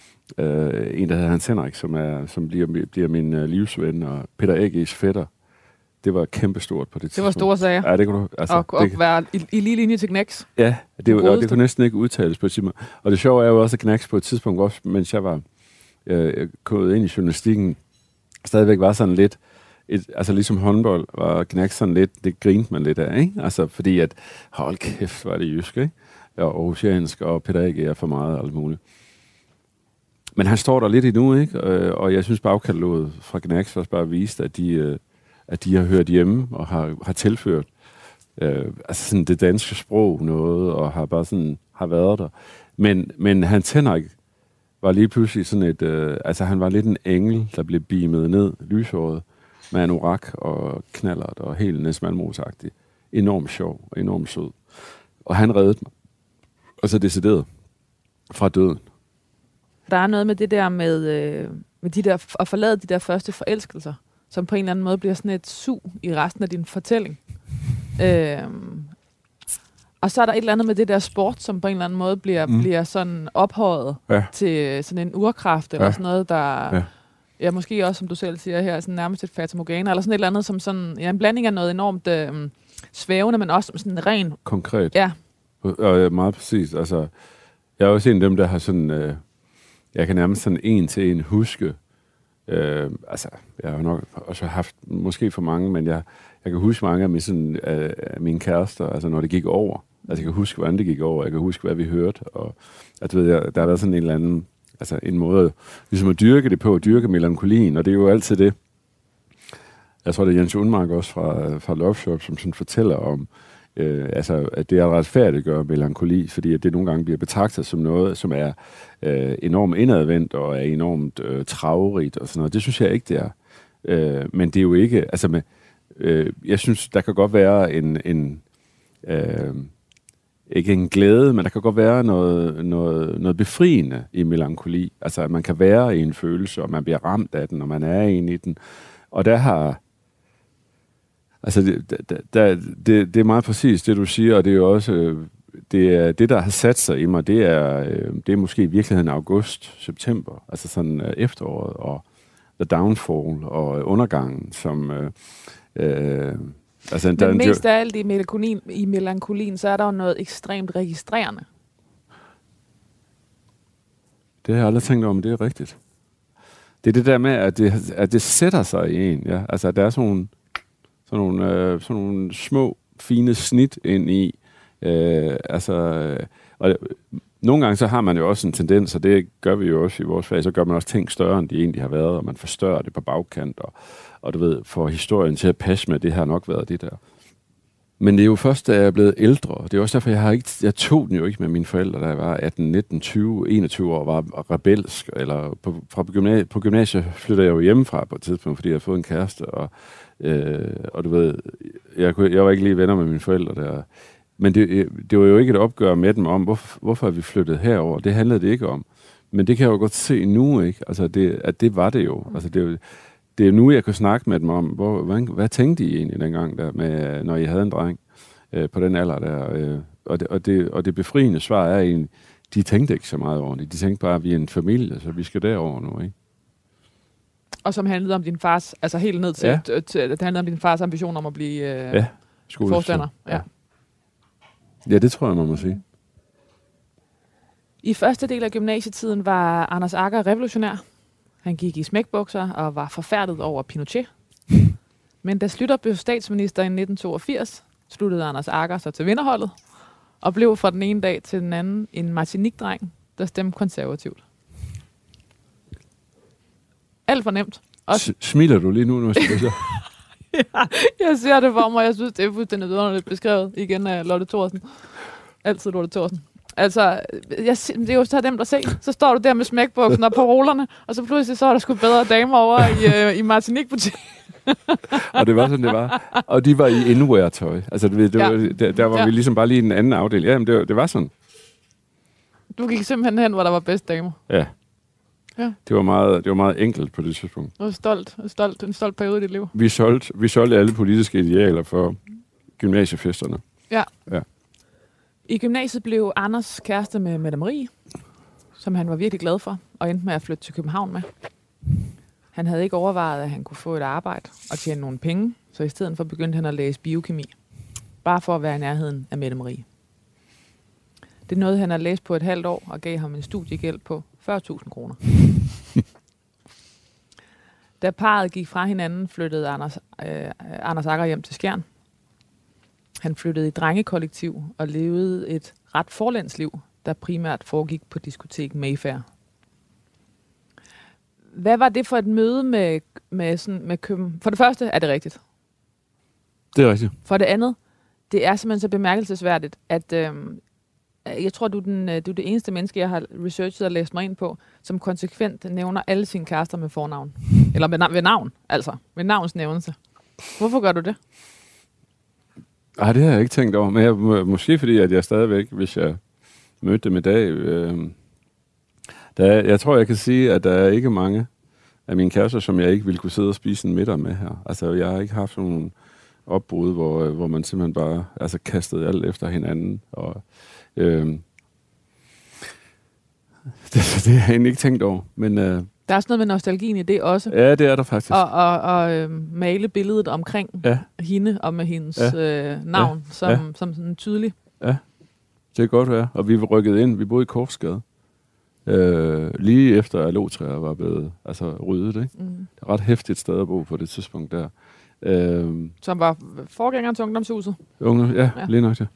øh, en, der hedder Hans Henrik, som, er, som bliver, bliver min øh, livsven, og Peter Ægges fætter. Det var kæmpestort på det tidspunkt. Det var store sager. Ja, det kunne du. Altså, og og det, være i, i lige linje til Knæks. Ja, det, det, og det kunne næsten ikke udtales på et tidspunkt. Og det sjove er jo også, at Knæks på et tidspunkt, også, mens jeg var øh, gået ind i journalistikken, stadigvæk var sådan lidt, et, altså ligesom håndbold, var Knæks sådan lidt, det grinte man lidt af, ikke? Altså fordi at, hold kæft, var det jysk, ikke? Og aarhusiansk, og Peter Ægge er for meget, og alt muligt. Men han står der lidt endnu, ikke? Og jeg synes, bagkataloget fra Knæks også bare viste, at de, at de har hørt hjemme, og har, har tilført øh, altså sådan det danske sprog noget, og har bare sådan, har været der. Men, men Hans Henrik var lige pludselig sådan et, øh, altså han var lidt en engel, der blev beamet ned, lyshåret, med en orak og knallert og helt næsten malmosagtig. Enormt sjov og enormt sød. Og han reddede mig. Og så decideret fra døden. Der er noget med det der med, øh, med de der, at forlade de der første forelskelser, som på en eller anden måde bliver sådan et sug i resten af din fortælling. Øhm, og så er der et eller andet med det der sport, som på en eller anden måde bliver, mm. bliver sådan ophøjet ja. til sådan en urkraft, eller ja. sådan noget, der... Ja. Ja, måske også, som du selv siger her, sådan nærmest et fatamorgana, eller sådan et eller andet, som sådan, ja, en blanding af noget enormt øh, svævende, men også sådan ren... Konkret. Ja. Og meget præcis. Altså, jeg er også en af dem, der har sådan... Øh, jeg kan nærmest sådan en til en huske... Øh, altså, jeg har nok også haft måske for mange, men jeg, jeg kan huske mange af mine, sådan, øh, af mine kærester, altså når det gik over. Altså, jeg kan huske, hvordan det gik over. Jeg kan huske, hvad vi hørte. Og altså, ved jeg, der har været sådan en eller anden... Altså en måde, ligesom at dyrke det på, at dyrke melankolien, og det er jo altid det. Jeg tror, det er Jens Unmark også fra, fra Love Shop, som sådan fortæller om, øh, altså, at det er retfærdigt at gøre melankoli, fordi at det nogle gange bliver betragtet som noget, som er øh, enormt indadvendt og er enormt øh, travrigt og sådan noget. Det synes jeg ikke, det er. Øh, men det er jo ikke, altså med, øh, jeg synes, der kan godt være en, en øh, ikke en glæde, men der kan godt være noget, noget, noget befriende i melankoli. Altså, at man kan være i en følelse, og man bliver ramt af den, og man er inde i den. Og der har... Altså, det, der, der, det, det er meget præcis det, du siger, og det er jo også... Det, er, det der har sat sig i mig, det er, det er måske i virkeligheden august, september, altså sådan efteråret, og The Downfall, og undergangen, som... Øh, øh, Altså, Men der mest af alt i melankolien, i melankolien, så er der jo noget ekstremt registrerende. Det har jeg aldrig tænkt over, men det er rigtigt. Det er det der med, at det, at det sætter sig i en. Ja? Altså, at der er sådan nogle, sådan nogle, øh, sådan nogle små, fine snit ind i. Øh, altså, og nogle gange så har man jo også en tendens, og det gør vi jo også i vores fag, så gør man også ting større, end de egentlig har været, og man forstørrer det på bagkant, og og du ved, får historien til at passe med, det har nok været det der. Men det er jo først, da jeg er blevet ældre, og det er også derfor, jeg har ikke, jeg tog den jo ikke med mine forældre, da jeg var atten, nitten, tyve, enogtyve år, var rebelsk, eller på, fra gymnasiet, på gymnasiet flyttede jeg jo hjemmefra på et tidspunkt, fordi jeg havde fået en kæreste, og, øh, og du ved, jeg, kunne, jeg var ikke lige venner med mine forældre der. Men det, det var jo ikke et opgør med dem om, hvorfor, hvorfor er vi flyttet herover. Det handlede det ikke om. Men det kan jeg jo godt se nu, ikke? Altså, det, at det var det jo. Altså, det Det er nu, jeg kan snakke med dem om, hvor, hvad, hvad tænkte I egentlig dengang, der med, når I havde en dreng øh, på den alder der? Øh, og, det, og, det, og det befriende svar er egentlig, de tænkte ikke så meget over det. De tænkte bare, at vi er en familie, så vi skal derover nu, ikke? Og som handlede om din fars, altså helt ned til, ja. til det handlede om din fars ambition om at blive øh, ja, forstander. Ja. ja, det tror jeg, man må sige. I første del af gymnasietiden var Anders Agger revolutionær. Han gik i smækbukser og var forfærdet over Pinochet. Men da Schlüter blev statsminister i nitten toogfirs, sluttede Anders Agger sig til vinderholdet og blev fra den ene dag til den anden en Martinique-dreng, der stemte konservativt. Alt for nemt. Også... Smiler du lige nu, nu jeg ja, jeg ser det for mig, jeg synes, det er fuldstændig vidunderligt beskrevet igen af Lotte Thorsen. Altid Lotte Thorsen. Altså, jeg, det er jo så nemt at se. Så står du der med smækbuksen og parolerne, og så pludselig så er der sgu bedre damer over i, uh, i Martinique-butikken. Og det var sådan, det var. Og de var i inwear-tøj. Altså, det, det ja. var, der, der var ja. vi ligesom bare lige i den anden afdeling. Ja, men det, det var sådan. Du gik simpelthen hen, hvor der var bedst damer. Ja. ja. Det var meget, det var meget enkelt på det tidspunkt. Du var stolt, stolt, en stolt periode i dit liv. Vi solgte, vi solgte alle politiske idealer for gymnasiefesterne. Ja. Ja. I gymnasiet blev Anders kæreste med Mette Marie, som han var virkelig glad for, og endte med at flytte til København med. Han havde ikke overvejet, at han kunne få et arbejde og tjene nogle penge, så i stedet for begyndte han at læse biokemi, bare for at være i nærheden af Mette Marie. Det nåede han at læse på et halvt år, og gav ham en studiegæld på fyrre tusind kroner. Da parret gik fra hinanden, flyttede Anders, øh, Anders Agger hjem til Skjern. Han flyttede i drengekollektiv og levede et ret forlandsliv, der primært foregik på diskotek Mayfair. Hvad var det for et møde med, med, sådan, med København? For det første er det rigtigt. Det er rigtigt. For det andet, det er simpelthen så bemærkelsesværdigt, at øh, jeg tror, du er, den, du er det eneste menneske, jeg har researchet og læst mig ind på, som konsekvent nævner alle sine kærester med fornavn. Eller med, ved navn, altså. Med navns nævnelse. Hvorfor gør du det? Ej, det har jeg ikke tænkt over. Men jeg, må, måske fordi, at jeg stadigvæk, hvis jeg mødte dem i dag... Øh, der er, jeg tror, jeg kan sige, at der er ikke mange af mine kærester, som jeg ikke ville kunne sidde og spise en middag med her. Altså, jeg har ikke haft nogen opbrud, hvor, hvor man simpelthen bare altså, kastede alt efter hinanden. Og, øh, det, det har jeg egentlig ikke tænkt over, men... Øh, Der er også noget med nostalgien i det også. Ja, det er der faktisk. Og, og, og øh, male billedet omkring ja. hende og med hendes ja. øh, navn ja. Som, ja. som sådan tydelig. Ja, det kan godt være. Og vi var rykket ind. Vi boede i Korsgade. Øh, lige efter Allotria var blevet altså, ryddet. Ikke? Mm. Det er et ret hæftigt sted at bo på det tidspunkt der. Øh, som var forgængeren til ungdomshuset? Unge, ja, ja, lige nok, ja.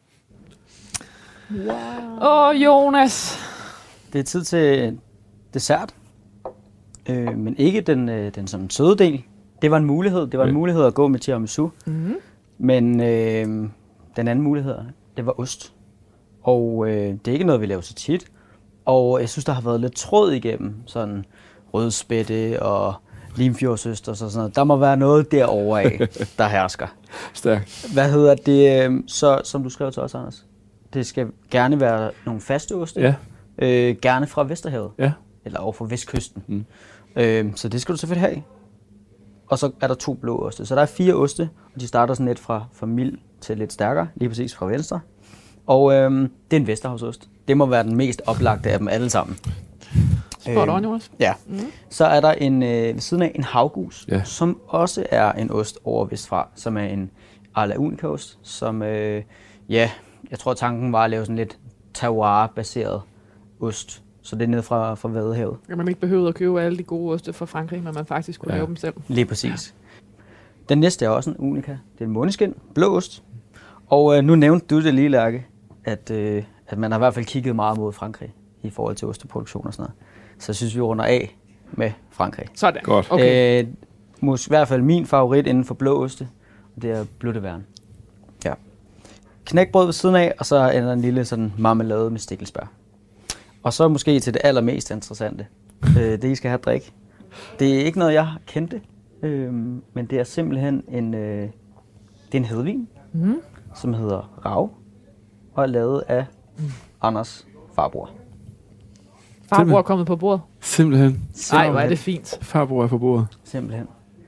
Åh, wow. oh, Jonas! Det er tid til dessert. Øh, men ikke den, øh, den som søde del. Det var en mulighed. Det var en mulighed at gå med tiramisu. Mm-hmm. Men øh, den anden mulighed, det var ost. Og øh, det er ikke noget, vi laver så tit. Og jeg synes, der har været lidt tråd igennem. Sådan rødspætte og limfjordsøster og sådan noget. Der må være noget derovre af, der hersker. Stærkt. Hvad hedder det? Så, som du skrev til os, Anders. Det skal gerne være nogle faste oste. Ja. Øh, gerne fra Vesterhavet. Ja. Eller over fra Vestkysten. Mm. Øh, så det skal du selvfølgelig have. Og så er der to blå oste. Så der er fire oste, og de starter sådan lidt fra, fra mild til lidt stærkere, lige præcis fra venstre. Og øh, det er en Vesterhavsost. Det må være den mest oplagte af dem alle sammen. Spot on, Jonas. Ja. Mm. Så er der en, øh, ved siden af en havgus, ja. Som også er en ost over vestfra, som er en Arla Unica-ost, som, øh, ja, jeg tror tanken var at lave sådan lidt terroir-baseret ost. Så det er nede fra, fra Vadehavet. Ja, man ikke behøver at købe alle de gode oste fra Frankrig, men man faktisk kunne ja. lave dem selv. Lige præcis. Den næste er også en Unica. Det er en måneskin, blå ost. Og øh, nu nævnte du det lige, Lærke, at, øh, at man har i hvert fald kigget meget mod Frankrig i forhold til osteproduktion og sådan noget. Så jeg synes, vi runder af med Frankrig. Sådan. Godt. Okay. Øh, måske i hvert fald min favorit inden for blå oste, og det er Bleu de Verne. Ja. Knækbrød ved siden af, og så er der en lille sådan marmelade med stikkelsbær. Og så måske til det allermest interessante, øh, det I skal have at drikke. Det er ikke noget, jeg kendte, øh, men det er simpelthen en, øh, det er en hedvin, mm. som hedder Rav, og er lavet af mm. Anders farbror. Farbror er kommet på bordet? Simpelthen. Nej, hvor er det fint. Farbror er på bordet. Simpelthen.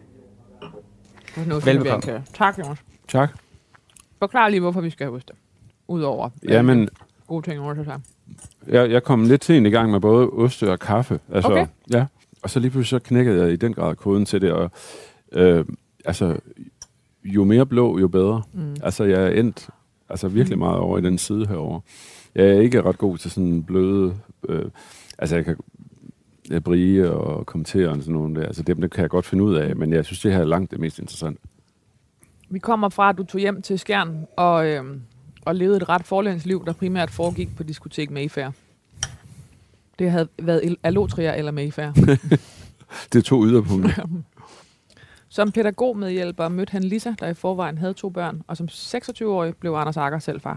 Velbekomme. Tak, Jonas. Tak. Forklar lige, hvorfor vi skal have oste. Udover Jamen, gode ting, Jonas har. Jeg, jeg kom lidt sent i gang med både oste og kaffe. Altså, okay. Ja. Og så lige pludselig så knækkede jeg i den grad koden til det. Og, øh, altså, jo mere blå, jo bedre. Mm. Altså, jeg er endt altså, virkelig meget over i den side herovre. Jeg er ikke ret god til sådan bløde... Øh, altså, jeg kan jeg brige og kommentere og sådan nogle der. Altså, det, det kan jeg godt finde ud af, men jeg synes, det her er langt det mest interessante. Vi kommer fra, at du tog hjem til Skjern og... Øh, og levede et ret forlænsliv, der primært foregik på diskotek Mayfair. Det havde været Allotria eller Mayfair. Det er to yderpunkter. Som pædagogmedhjælper mødte han Lisa, der i forvejen havde to børn, og som seksogtyve-årig blev Anders Agger selv far.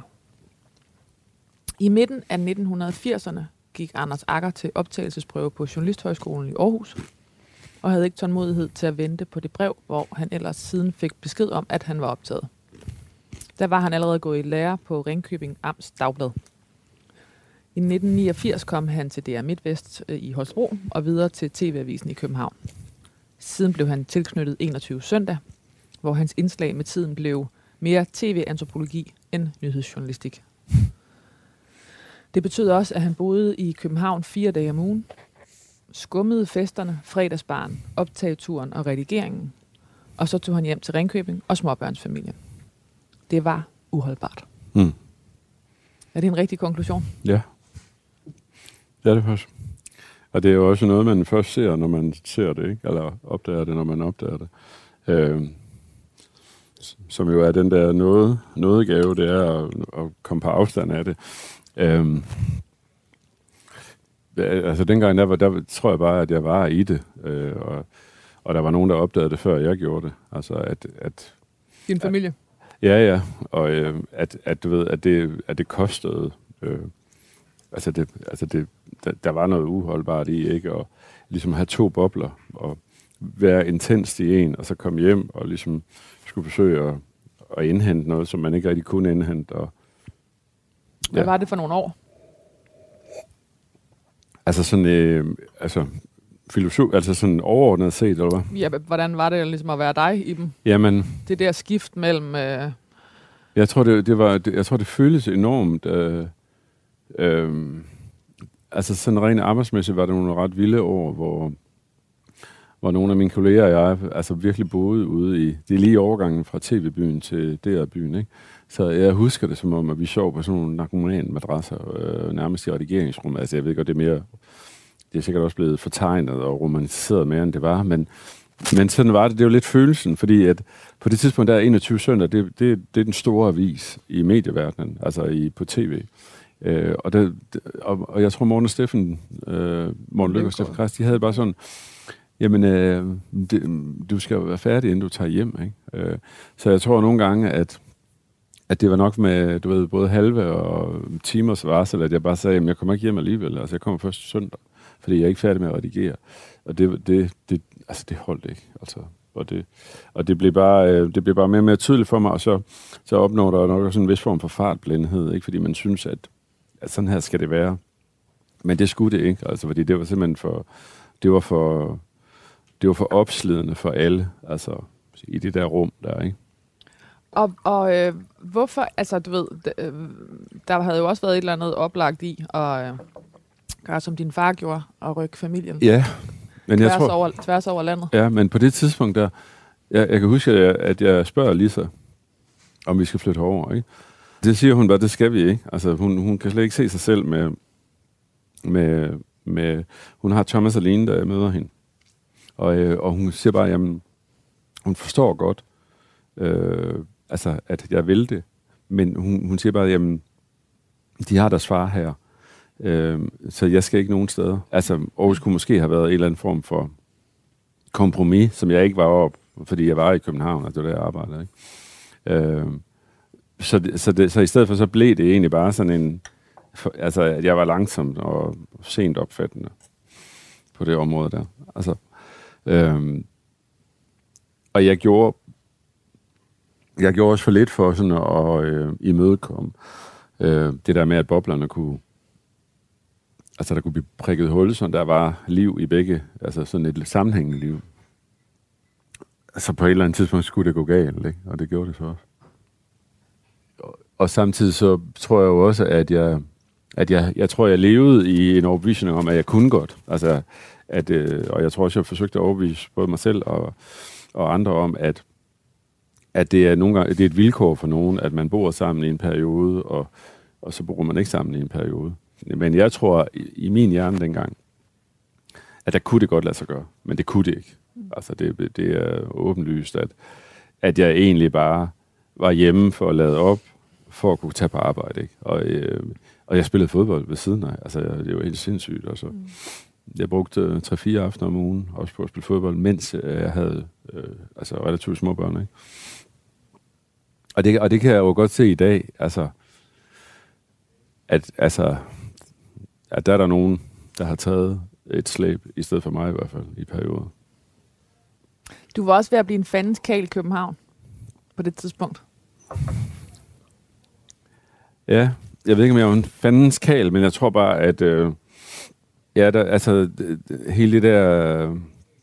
I midten af nitten firserne gik Anders Agger til optagelsesprøve på Journalisthøjskolen i Aarhus, og havde ikke tålmodighed til at vente på det brev, hvor han ellers siden fik besked om, at han var optaget. Der var han allerede gået i lære på Ringkøbing Amts Dagblad. I nitten niogfirs kom han til D R MidtVest i Holstebro og videre til T V-avisen i København. Siden blev han tilknyttet enogtyve søndag, hvor hans indslag med tiden blev mere tv-antropologi end nyhedsjournalistik. Det betød også, at han boede i København fire dage om ugen, skummede festerne, fredagsbaren, optageturen og redigeringen, og så tog han hjem til Ringkøbing og småbørnsfamilien. Det var uholdbart. Mm. Er det en rigtig konklusion? Ja. Det er det faktisk. Og det er jo også noget, man først ser, når man ser det, ikke? Eller opdager det, når man opdager det. Øh, som jo er den der noget, noget gave, det er at, at komme på afstand af det. Øh, altså dengang, der, var, der tror jeg bare, at jeg var i det. Øh, og, og der var nogen, der opdagede det, før jeg gjorde det. Altså at... at Din familie? At, Ja, ja, og øh, at, at du ved, at det, at det kostede, øh, altså, det, altså det, der, der var noget uholdbart i, ikke, og ligesom have to bobler, og være intenst i en, og så komme hjem, og ligesom skulle forsøge at, at indhente noget, som man ikke rigtig kunne indhente. Og, ja. Hvad var det for nogle år? Altså sådan, øh, altså, filosof, altså sådan overordnet set, eller hvad? Ja, hvordan var det ligesom at være dig i dem? Jamen... Det der skift mellem... Øh... Jeg tror, det, det var... Det, jeg tror, det føltes enormt... Øh, øh, altså sådan rent arbejdsmæssigt var det nogle ret vilde år, hvor, hvor nogle af mine kolleger og jeg altså virkelig boede ude i... Det er lige overgangen fra tv-byen til D R-byen, ikke? Så jeg husker det som om, at vi sov på sådan nogle narkoman-madrasser, øh, nærmest i redigeringsrummet. Altså jeg ved godt, det er mere... Det er sikkert også blevet fortegnet og romaniseret mere, end det var, men, men sådan var det. Det var lidt følelsen, fordi at på det tidspunkt, der er enogtyve søndag, det, det, det er den store avis i medieverdenen, altså i, på tv. Øh, og, det, og, og jeg tror, Morten og Steffen, øh, Morten Lykke og Steffen Krist, de havde bare sådan, jamen, øh, det, du skal jo være færdig, inden du tager hjem, ikke? Øh, så jeg tror nogle gange, at at det var nok med, du ved, både halve og timers varsel, at jeg bare sagde, at jeg kommer ikke hjem alligevel. Altså, jeg kommer først søndag, fordi jeg er ikke færdig med at redigere. Og det, det, det, altså, det holdt ikke. Altså, og det, og det blev bare, det blev bare mere og mere tydeligt for mig, og så, så opnår der nok også en vis form for fartblindhed, ikke? Fordi man synes, at, at sådan her skal det være. Men det skulle det ikke, altså, fordi det var simpelthen for, det var for, det var for opslidende for alle, altså, i det der rum der, ikke? Og, og øh, hvorfor, altså du ved, d- øh, der havde jo også været et eller andet oplagt i at øh, gøre som din far gjorde, og rykke familien ja, men jeg tværs, tror, over, tværs over landet. Ja, men på det tidspunkt der, jeg, jeg kan huske, at jeg, at jeg spørger Lisa, om vi skal flytte over, ikke? Det siger hun bare, det skal vi ikke. Altså hun, hun kan slet ikke se sig selv med, med, med hun har Thomas alene, da jeg møder hende. Og, øh, og hun siger bare, jamen, hun forstår godt, øh, altså, at jeg vil det. Men hun, hun siger bare, jamen, de har deres far her, øh, så jeg skal ikke nogen steder. Altså, Aarhus kunne måske have været en eller anden form for kompromis, som jeg ikke var op, fordi jeg var i København, og det var der, jeg arbejdede, ikke? Øh, så, det, så, det, så i stedet for, så blev det egentlig bare sådan en, for, altså, at jeg var langsomt og sent opfattende på det område der. Altså, øh, og jeg gjorde Jeg gjorde også for lidt for sådan at øh, imødekomme øh, det der med, at boblerne kunne, altså der kunne blive prikket hul, så der var liv i begge, altså sådan et sammenhængende liv. Altså på et eller andet tidspunkt skulle det gå galt, ikke? Og det gjorde det så også. Og, og samtidig så tror jeg jo også, at jeg, at jeg, jeg tror, jeg levede i en overbevisning om, at jeg kunne godt. Altså, at, øh, og jeg tror også, jeg forsøgte at overbevise både mig selv og, og andre om, at at det er nogle gange, det er et vilkår for nogen, at man bor sammen i en periode, og, og så bor man ikke sammen i en periode. Men jeg tror, i, i min hjerne dengang, at der kunne det godt lade sig gøre, men det kunne det ikke. Altså, det, det er åbenlyst, at, at jeg egentlig bare var hjemme for at lade op, for at kunne tage på arbejde, ikke? Og, øh, og jeg spillede fodbold ved siden af. Altså, det var helt sindssygt. Altså. Mm. Jeg brugte tre fire aftener om ugen, også på at spille fodbold, mens jeg havde øh, altså relativt små børn, ikke? Og det, og det kan jeg jo godt se i dag, altså, at, altså, at der er der nogen, der har taget et slæb, i stedet for mig i hvert fald, i perioder. Du var også ved at blive en fandens kæl i København på det tidspunkt. Ja, jeg ved ikke, om jeg var en fandens kæl, men jeg tror bare, at øh, ja, der, altså, hele det der øh,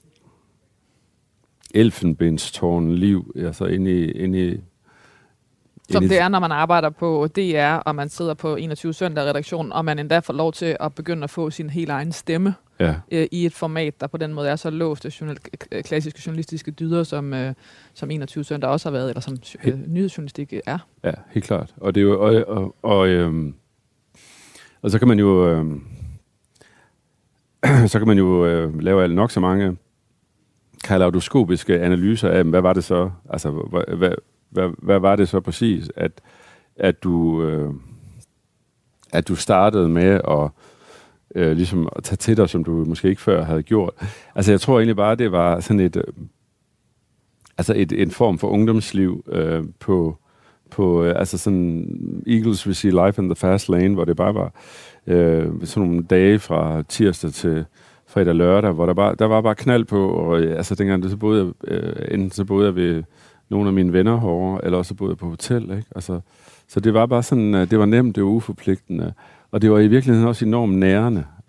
elfenbenstårn-liv, altså inde i, inde i som det er, når man arbejder på D R, og man sidder på enogtyve søndag-redaktionen, og man endda får lov til at begynde at få sin helt egen stemme ja. øh, i et format, der på den måde er så låst af journal- klassiske journalistiske dyder, som, øh, som enogtyve søndag også har været, eller som øh, nyhedsjournalistik er. Ja, helt klart. Og det er jo, og, og, og, øhm, og så kan man jo, øhm, så kan man jo øh, lave nok så mange kalaudoskopiske analyser af, hvad var det så, altså, hvad, hvad Hvad, hvad var det så præcis, at, at, du, øh, at du startede med at, øh, ligesom at tage til dig, som du måske ikke før havde gjort? Altså, jeg tror egentlig bare, det var sådan et, øh, altså et, en form for ungdomsliv øh, på, på øh, altså sådan Eagles We See Life in the Fast Lane, hvor det bare var øh, sådan nogle dage fra tirsdag til fredag lørdag, hvor der, bare, der var bare knald på, og øh, altså dengang, det så boede jeg, øh, enten så boede jeg ved nogle af mine venner herovre, eller også boede jeg på hotel, ikke? Altså, så det var bare sådan, det var nemt, det var uforpligtende, og det var i virkeligheden også enormt nærende.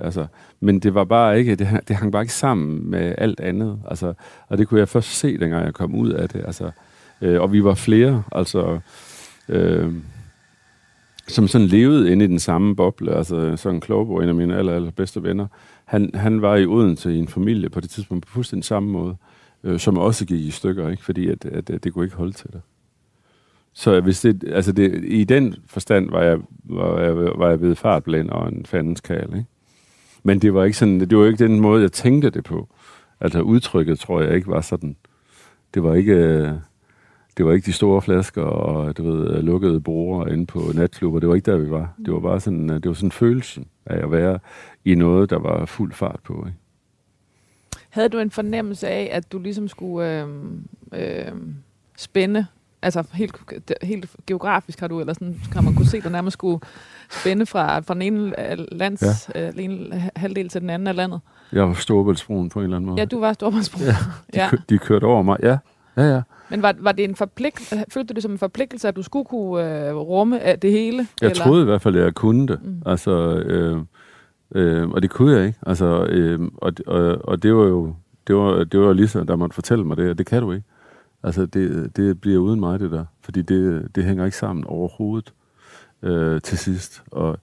Altså, men det var bare ikke, det, det hang bare ikke sammen med alt andet. Altså, og det kunne jeg først se, dengang jeg kom ud af det. Altså, øh, og vi var flere, altså, øh, som sådan levede inde i den samme boble. Altså, Søren Klovborg, en af mine aller, aller bedste venner, han, han var i Odense i en familie på det tidspunkt på fuldstændig samme måde, øh, som også gik i stykker, ikke? Fordi at, at, at det kunne ikke holde til det. Så hvis det, altså det, i den forstand var jeg, var jeg, var jeg ved fartblind og en fandens kal, ikke? Men det var ikke sådan, det var ikke den måde, jeg tænkte det på. Altså udtrykket, tror jeg ikke var sådan. Det var ikke, det var ikke de store flasker og, du ved, lukkede borde inde på natklubber. Det var ikke der, vi var. Det var bare sådan, det var sådan følelsen af at være i noget, der var fuld fart på, ikke? Havde du en fornemmelse af, at du ligesom skulle øh, øh, spænde, altså helt, helt geografisk har du, eller sådan, kan man kunne se, der nærmest skulle spænde fra, fra den ene lands, ja. øh, ene halvdel til den anden af landet? Jeg var Storebæltsbroen på en eller anden måde. Ja, du var Storebæltsbroen. Ja, de, ja. Kør, de kørte over mig, ja. Ja, ja. Men var, var det en forpligtelse, følte du det som en forpligtelse, at du skulle kunne øh, rumme af det hele? Jeg eller? troede i hvert fald, at jeg kunne det. Mm. Altså, øh, øh, og det kunne jeg ikke. Altså, øh, og, og, og det var jo, det var, det var Lisa, der måtte fortælle mig det, og det kan du ikke. Altså, det, det bliver uden mig, det der. Fordi det, det hænger ikke sammen overhovedet øh, til sidst. Og,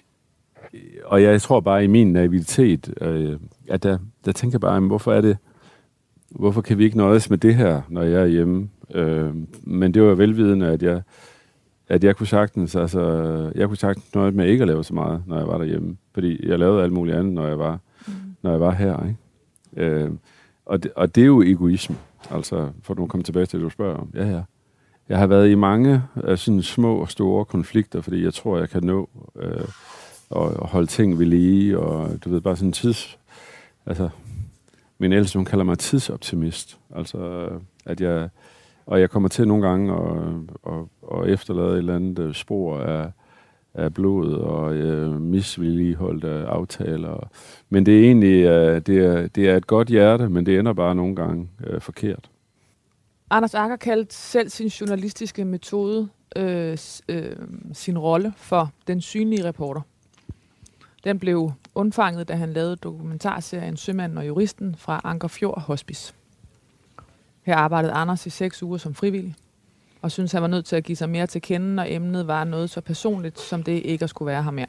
og jeg tror bare i min naivitet, øh, at der, der tænker jeg bare, hvorfor er det, hvorfor kan vi ikke nøjes med det her, når jeg er hjemme? Øh, men det var velvidende, at jeg, at jeg kunne sagtens, altså, jeg kunne sagtens nøjes med ikke at lave så meget, når jeg var derhjemme. Fordi jeg lavede alt muligt andet, når jeg var, mm. når jeg var her, ikke? Øh, og, det, og det er jo egoisme. Altså, for at komme tilbage til det, du spørger om. Ja, ja. Jeg har været i mange uh, sådan små og store konflikter, fordi jeg tror, jeg kan nå uh, at holde ting ved lige, og du ved, bare sådan en tids... Altså, min ældste, hun kalder mig tidsoptimist. Altså, at jeg... Og jeg kommer til nogle gange at, at, at efterlade et eller andet spor af, af blod og uh, misvedligeholdt af aftaler. Men det er egentlig uh, det er, det er et godt hjerte, men det ender bare nogle gange uh, forkert. Anders Agger kaldte selv sin journalistiske metode øh, øh, sin rolle for den synlige reporter. Den blev undfanget, da han lavede dokumentarserien Sømanden og Juristen fra Ankerfjord Hospice. Her arbejdede Anders i seks uger som frivillig, og syntes, han var nødt til at give sig mere til kende, når emnet var noget så personligt, som det ikke skulle være her mere.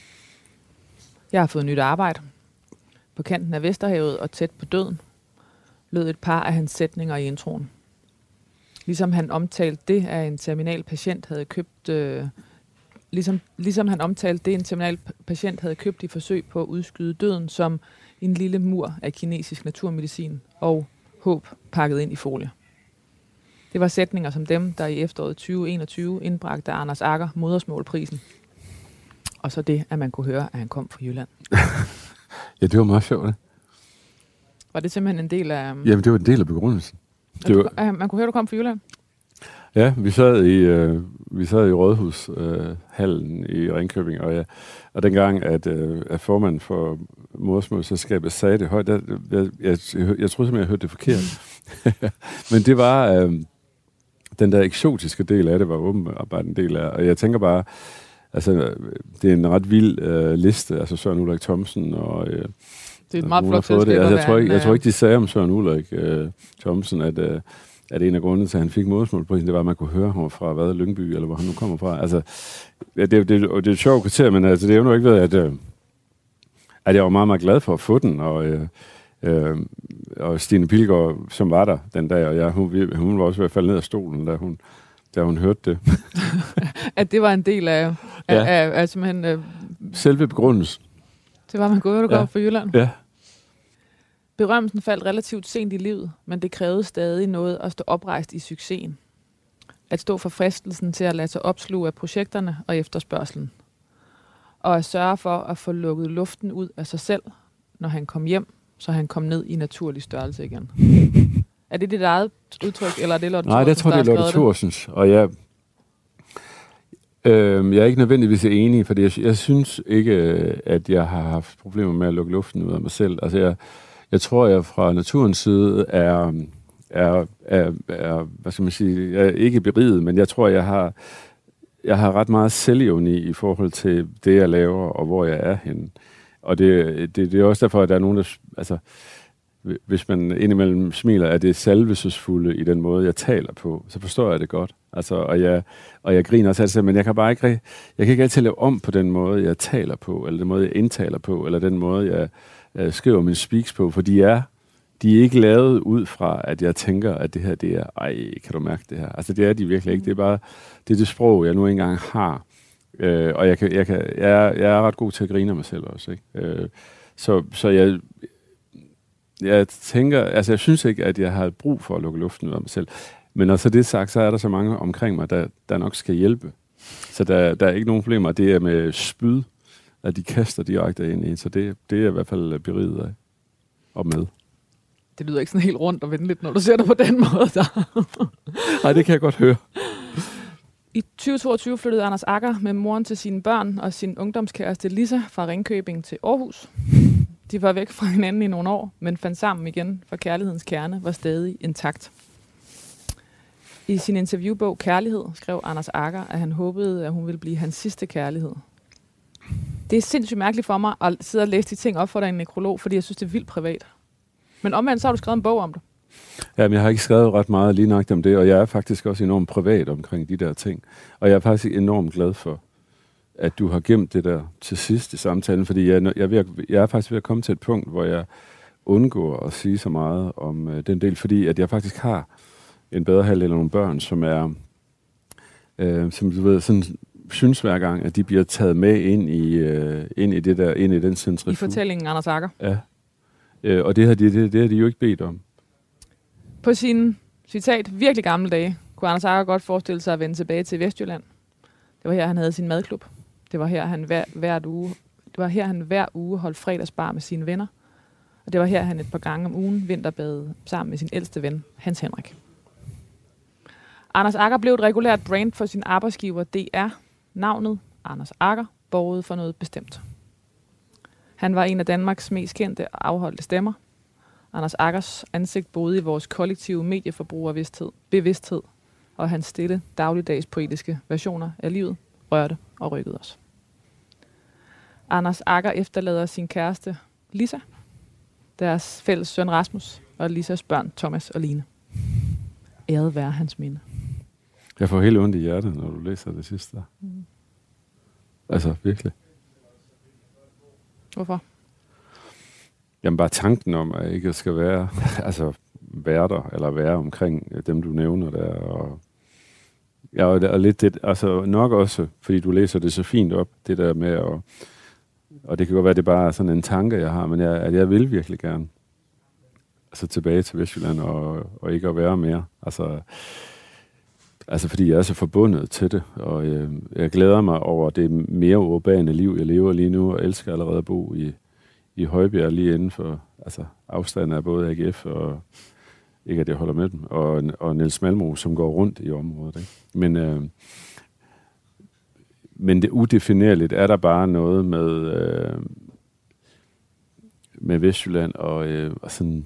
Jeg har fået nyt arbejde. På kanten af Vesterhavet og tæt på døden lød et par af hans sætninger i introen. Ligesom han omtalte det, at en terminal patient havde købt, øh, ligesom, ligesom han omtalte det, en terminal patient havde købt i forsøg på at udskyde døden som en lille mur af kinesisk naturmedicin og håb pakket ind i folie. Det var sætninger som dem, der i efteråret tyve enogtyve indbragte Anders Agger modersmålprisen. Og så det, at man kunne høre, at han kom fra Jylland. Ja, det var meget sjovt, det. Var det simpelthen en del af... Jamen, det var en del af begrundelsen. Det var... du, man kunne høre, at du kom fra Jylland? Ja, vi sad i, øh, vi sad i Rådhushallen øh, i Ringkøbing, og, ja, og dengang, at, øh, at formanden for modersmålsselskabet sagde det højt, der, jeg, jeg, jeg, jeg troede simpelthen, jeg hørte det forkert. Men det var, øh, den der eksotiske del af det, var åbenbart en del af, og jeg tænker bare, altså, det er en ret vild øh, liste, altså Søren Ulrik Thomsen, og... Øh, det er et meget flot selskab. Altså, jeg, tror ikke, jeg tror ikke, de sagde om Søren Ulrik øh, Thomsen, at... Øh, at en af grundene til, at han fik modersmålprisen, det var, at man kunne høre ham fra hvad, Lyngby, eller hvor han nu kommer fra. Altså, ja, det, det, og det er et sjovt kvarter, men altså, det er jo nok ikke ved, at, øh, at jeg var meget, meget glad for at få den, og, øh, øh, og Stine Pilgaard, som var der den dag, og jeg, hun, hun var også i hvert fald ned af stolen, da hun, da hun hørte det. At det var en del af, af, ja. af, af, af simpelthen... Øh, selve begrundelsen. Det var, man kunne høre, du ja. Går fra Jylland. Ja. Berømmelsen faldt relativt sent i livet, men det krævede stadig noget at stå oprejst i succesen. At stå for fristelsen til at lade sig opsluge af projekterne og efterspørgselen. Og at sørge for at få lukket luften ud af sig selv, når han kom hjem, så han kom ned i naturlig størrelse igen. Er det dit eget udtryk, eller er det Lotte Thorsens? Nej, det tror jeg, det er Lotte Thorsens. Og jeg, øh, jeg er ikke nødvendigvis enig, for jeg, jeg synes ikke, at jeg har haft problemer med at lukke luften ud af mig selv. Altså jeg... Jeg tror, jeg fra naturens side er, er, er, er hvad skal man sige, jeg er ikke beriget, men jeg tror, jeg har, jeg har ret meget selvevni i forhold til det, jeg laver, og hvor jeg er henne. og det, det, det er også derfor, at der er nogen, der... Altså, hvis man indimellem smiler, at det er salvelsesfulde i den måde, jeg taler på, så forstår jeg det godt. Altså, og, jeg, og jeg griner også altid, men jeg kan bare ikke, jeg kan ikke altid lave om på den måde, jeg taler på, eller den måde, jeg indtaler på, eller den måde, jeg, jeg skriver mine speaks på, for de er, de er ikke lavet ud fra, at jeg tænker, at det her, det er, ej, kan du mærke det her? Altså, det er de virkelig ikke. Det er bare, det er det sprog, jeg nu engang har. Øh, og jeg, kan, jeg, kan, jeg, er, jeg er ret god til at grine af mig selv også, ikke? Øh, så, så jeg... Jeg tænker, altså jeg synes ikke, at jeg har brug for at lukke luften ud af mig selv. Men når så det er sagt, så er der så mange omkring mig, der, der nok skal hjælpe. Så der, der er ikke nogen problemer. Det er med spyd, at de kaster direkte ind i. Så det, det er jeg i hvert fald beriget af og med. Det lyder ikke sådan helt rundt og venligt, når du ser det på den måde. Nej, det kan jeg godt høre. I tyve toogtyve flyttede Anders Agger med moren til sine børn og sin ungdomskæreste Lisa fra Ringkøbing til Aarhus. De var væk fra hinanden i nogle år, men fandt sammen igen, for kærlighedens kerne var stadig intakt. I sin interviewbog Kærlighed skrev Anders Agger, at han håbede, at hun ville blive hans sidste kærlighed. Det er sindssygt mærkeligt for mig at sidde og læse de ting op for dig i en nekrolog, fordi jeg synes, det er vildt privat. Men omvendt, så har du skrevet en bog om det. Jamen, jeg har ikke skrevet ret meget lige nok om det, og jeg er faktisk også enormt privat omkring de der ting. Og jeg er faktisk enormt glad for, at du har gemt det der til sidst i samtalen, fordi jeg, jeg, er, ved at, jeg er faktisk ved at komme til et punkt, hvor jeg undgår at sige så meget om øh, den del, fordi at jeg faktisk har en bedre halvdel af nogle børn, som er, øh, som du ved, sådan synes hver gang, at de bliver taget med ind i, øh, ind i det der, ind i den centrifuge. I fortællingen, Anders Agger. Ja. Øh, og det har, de, det, det har de jo ikke bedt om. På sine, citat, virkelig gamle dage, kunne Anders Agger godt forestille sig at vende tilbage til Vestjylland. Det var her, han havde sin madklub. Det var her, han hver, hvert uge, det var her, han hver uge holdt fredagsbar med sine venner. Og det var her, han et par gange om ugen vinterbadede sammen med sin ældste ven, Hans Henrik. Anders Agger blev et regulært brand for sin arbejdsgiver D R. Navnet Anders Agger borgede for noget bestemt. Han var en af Danmarks mest kendte og afholdte stemmer. Anders Aggers ansigt boede i vores kollektive medieforbrugerbevidsthed, bevidsthed, og hans stille, dagligdags poetiske versioner af livet rørte og rykkede os. Anders Agger efterlader sin kæreste Lisa, deres fælles søn Rasmus og Lisas børn Thomas og Line. Æret være hans minde. Jeg får helt ondt i hjertet, når du læser det sidste. Mm. Altså, virkelig. Hvorfor? Jamen bare tanken om, at jeg ikke skal være, altså være der, eller være omkring dem, du nævner der, og ja, og lidt det, altså nok også, fordi du læser det så fint op, det der med, at, og det kan godt være, det er bare sådan en tanke, jeg har, men jeg, at jeg vil virkelig gerne altså tilbage til Vestjylland, og, og ikke at være mere. Altså, altså fordi jeg er så forbundet til det, og jeg, jeg glæder mig over det mere urbane liv, jeg lever lige nu, og elsker allerede at bo i, i Højbjerg, lige inden for altså, afstanden af både A G F og ikke at jeg holder med dem, og, og Niels Malmro, som går rundt i området. Ikke? Men, øh, men det udefinerligt er der bare noget med, øh, med Vestjylland, og, øh, og sådan...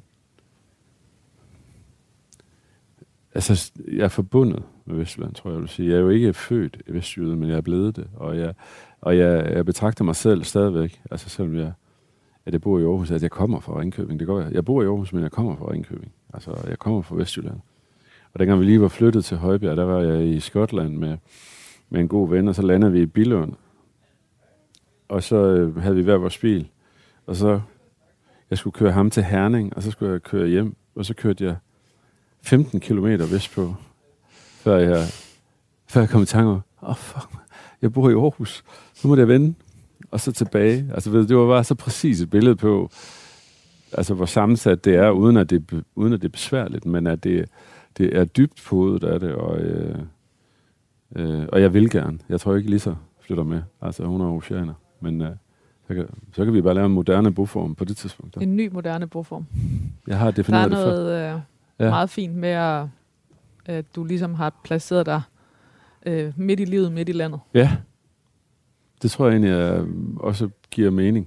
Altså, jeg er forbundet med Vestjylland, tror jeg, jeg vil sige. Jeg er jo ikke født i Vestjylland, men jeg er blevet det, og jeg, og jeg, jeg betragter mig selv stadigvæk, altså selvom jeg, at jeg bor i Aarhus, at jeg kommer fra Ringkøbing. Det går jeg. Jeg bor i Aarhus, men jeg kommer fra Ringkøbing. Altså, jeg kommer fra Vestjylland. Og dengang vi lige var flyttet til Højbjerg, der var jeg i Skotland med, med en god ven, og så landede vi i Billund. Og så øh, havde vi hver vores bil. Og så, jeg skulle køre ham til Herning, og så skulle jeg køre hjem. Og så kørte jeg femten kilometer vestpå, før jeg, før jeg kom i tanke om, åh oh, fuck, jeg bor i Aarhus, nu må jeg vende, og så tilbage. Altså, det var bare så præcis et billede på, altså, hvor sammensat det er, uden at det, uden at det er besværligt, men at det, det er dybt på hovedet af det, og, øh, øh, og jeg vil gerne. Jeg tror ikke, Lisa flytter med, altså hun er oceaner, men øh, så, kan, så kan vi bare lave en moderne boform på det tidspunkt. Der. En ny moderne boform. Jeg har defineret det før. Der er noget øh, ja. meget fint med, at, at du ligesom har placeret dig øh, midt i livet, midt i landet. Ja, det tror jeg egentlig jeg også giver mening.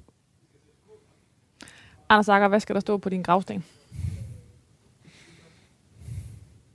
Anders Agger, hvad skal der stå på din gravsten?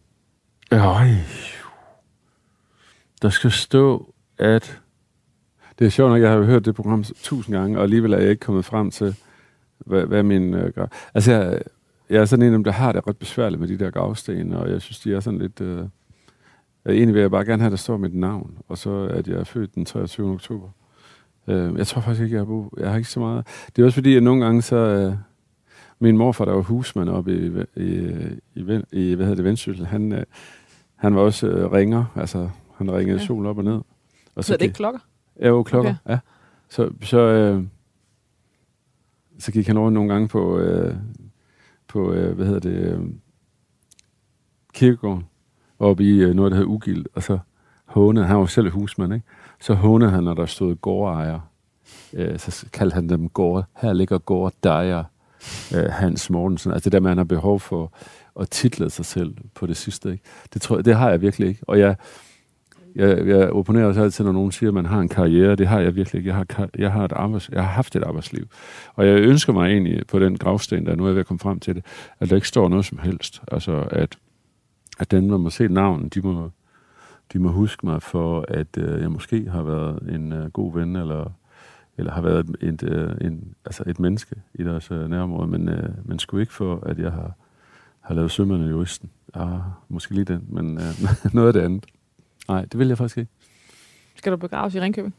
Øj. Der skal stå, at... Det er sjovt nok, jeg har jo hørt det program tusind gange, og alligevel er jeg ikke kommet frem til, hvad, hvad min øh, grav... Altså, jeg, jeg er sådan en af dem, der har det ret besværligt med de der gravsten, og jeg synes, de er sådan lidt... Øh, egentlig vil jeg bare gerne have, at der står mit navn, og så at jeg er født den treogtyvende oktober. Øh, jeg tror faktisk ikke, jeg har bo. Jeg har ikke så meget... Det er også fordi, at nogle gange så... Øh, min morfar, der var husmand oppe i, i, i, i hvad hedder det, Vendsyssel, han, øh, han var også øh, ringer, altså han ringede okay. Sol op og ned. Og så er det ikke klokker? Ja, jo, klokker, okay. ja. Så, så, øh, så gik han over nogle gange på, øh, på øh, hvad hedder det, øh, kirkegården, oppe i øh, noget, der hedder Ugild, og så hånede, han var selv husmand, ikke? Så hånede han, når der stod gårdejer. Øh, så kaldte han dem gård. Her ligger gårdejer, øh, Hans Mortensen. Altså det der med, at han har behov for at title sig selv på det sidste, ikke? Det, tror jeg, det har jeg virkelig ikke. Og jeg, jeg, jeg opponerer også altid, når nogen siger, at man har en karriere. Det har jeg virkelig ikke. Jeg har, jeg har, et arbejds, jeg har haft et arbejdsliv. Og jeg ønsker mig egentlig på den gravsten, der nu er jeg ved at komme frem til det, at der ikke står noget som helst. Altså at, at den, man må se navnet, de må, de må huske mig for, at øh, jeg måske har været en øh, god ven, eller, eller har været et, øh, en, altså et menneske i deres øh, nærområde, men, øh, men sgu ikke for, at jeg har, har lavet sømmerne i juristen. Ja, måske lige den, men øh, noget af det andet. Nej, det vil jeg faktisk ikke. Skal du begraves i Ringkøbing?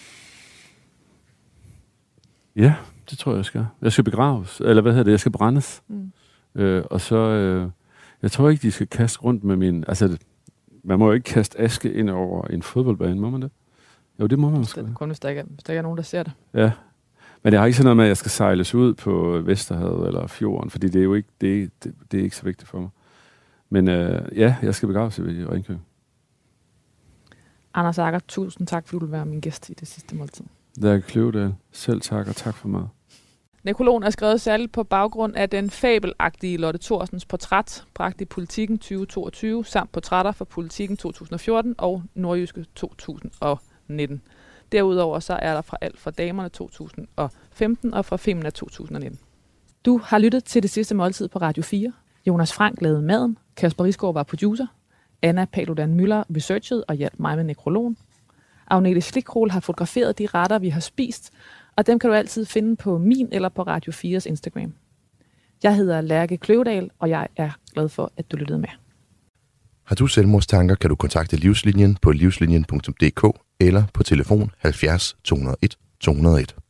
Ja, det tror jeg, jeg skal. Jeg skal begraves, eller hvad hedder det, jeg skal brændes. Mm. Øh, og så, øh, jeg tror ikke, de skal kaste rundt med min, altså, man må jo ikke kaste aske ind over en fodboldbane, må man det? Jo, det må man måske. Kun hvis der, ikke er, hvis der ikke er nogen, der ser det. Ja, men jeg har ikke sådan noget med, at jeg skal sejles ud på Vesterhavet eller fjorden, fordi det er jo ikke, det er, det, det er ikke så vigtigt for mig. Men øh, ja, jeg skal begraves i Ringkøbing. Anders Agger, tusind tak, fordi du vil være min gæst i Det Sidste Måltid. Lærke Kløvedal, selv tak, og tak for meget. Nekrologen er skrevet særligt på baggrund af den fabelagtige Lotte Thorsens portræt, bragt i Politiken tyve toogtyve, samt portrætter fra Politiken to tusind og fjorten og Nordjyske to tusind og nitten. Derudover så er der fra Alt for Damerne to tusind og femten og fra Femina to tusind og nitten. Du har lyttet til Det Sidste Måltid på Radio fire. Jonas Frank lavede maden, Kasper Risgaard var producer, Anna Paludan Müller researchede og hjalp mig med nekrologen. Agnete Slikrohl har fotograferet de retter, vi har spist, og dem kan du altid finde på min eller på Radio fires Instagram. Jeg hedder Lærke Kløvedal, og jeg er glad for, at du lyttede med. Har du selvmordstanker, kan du kontakte Livslinjen på livslinjen punktum d k eller på telefon halvfjerds to nul et to nul et.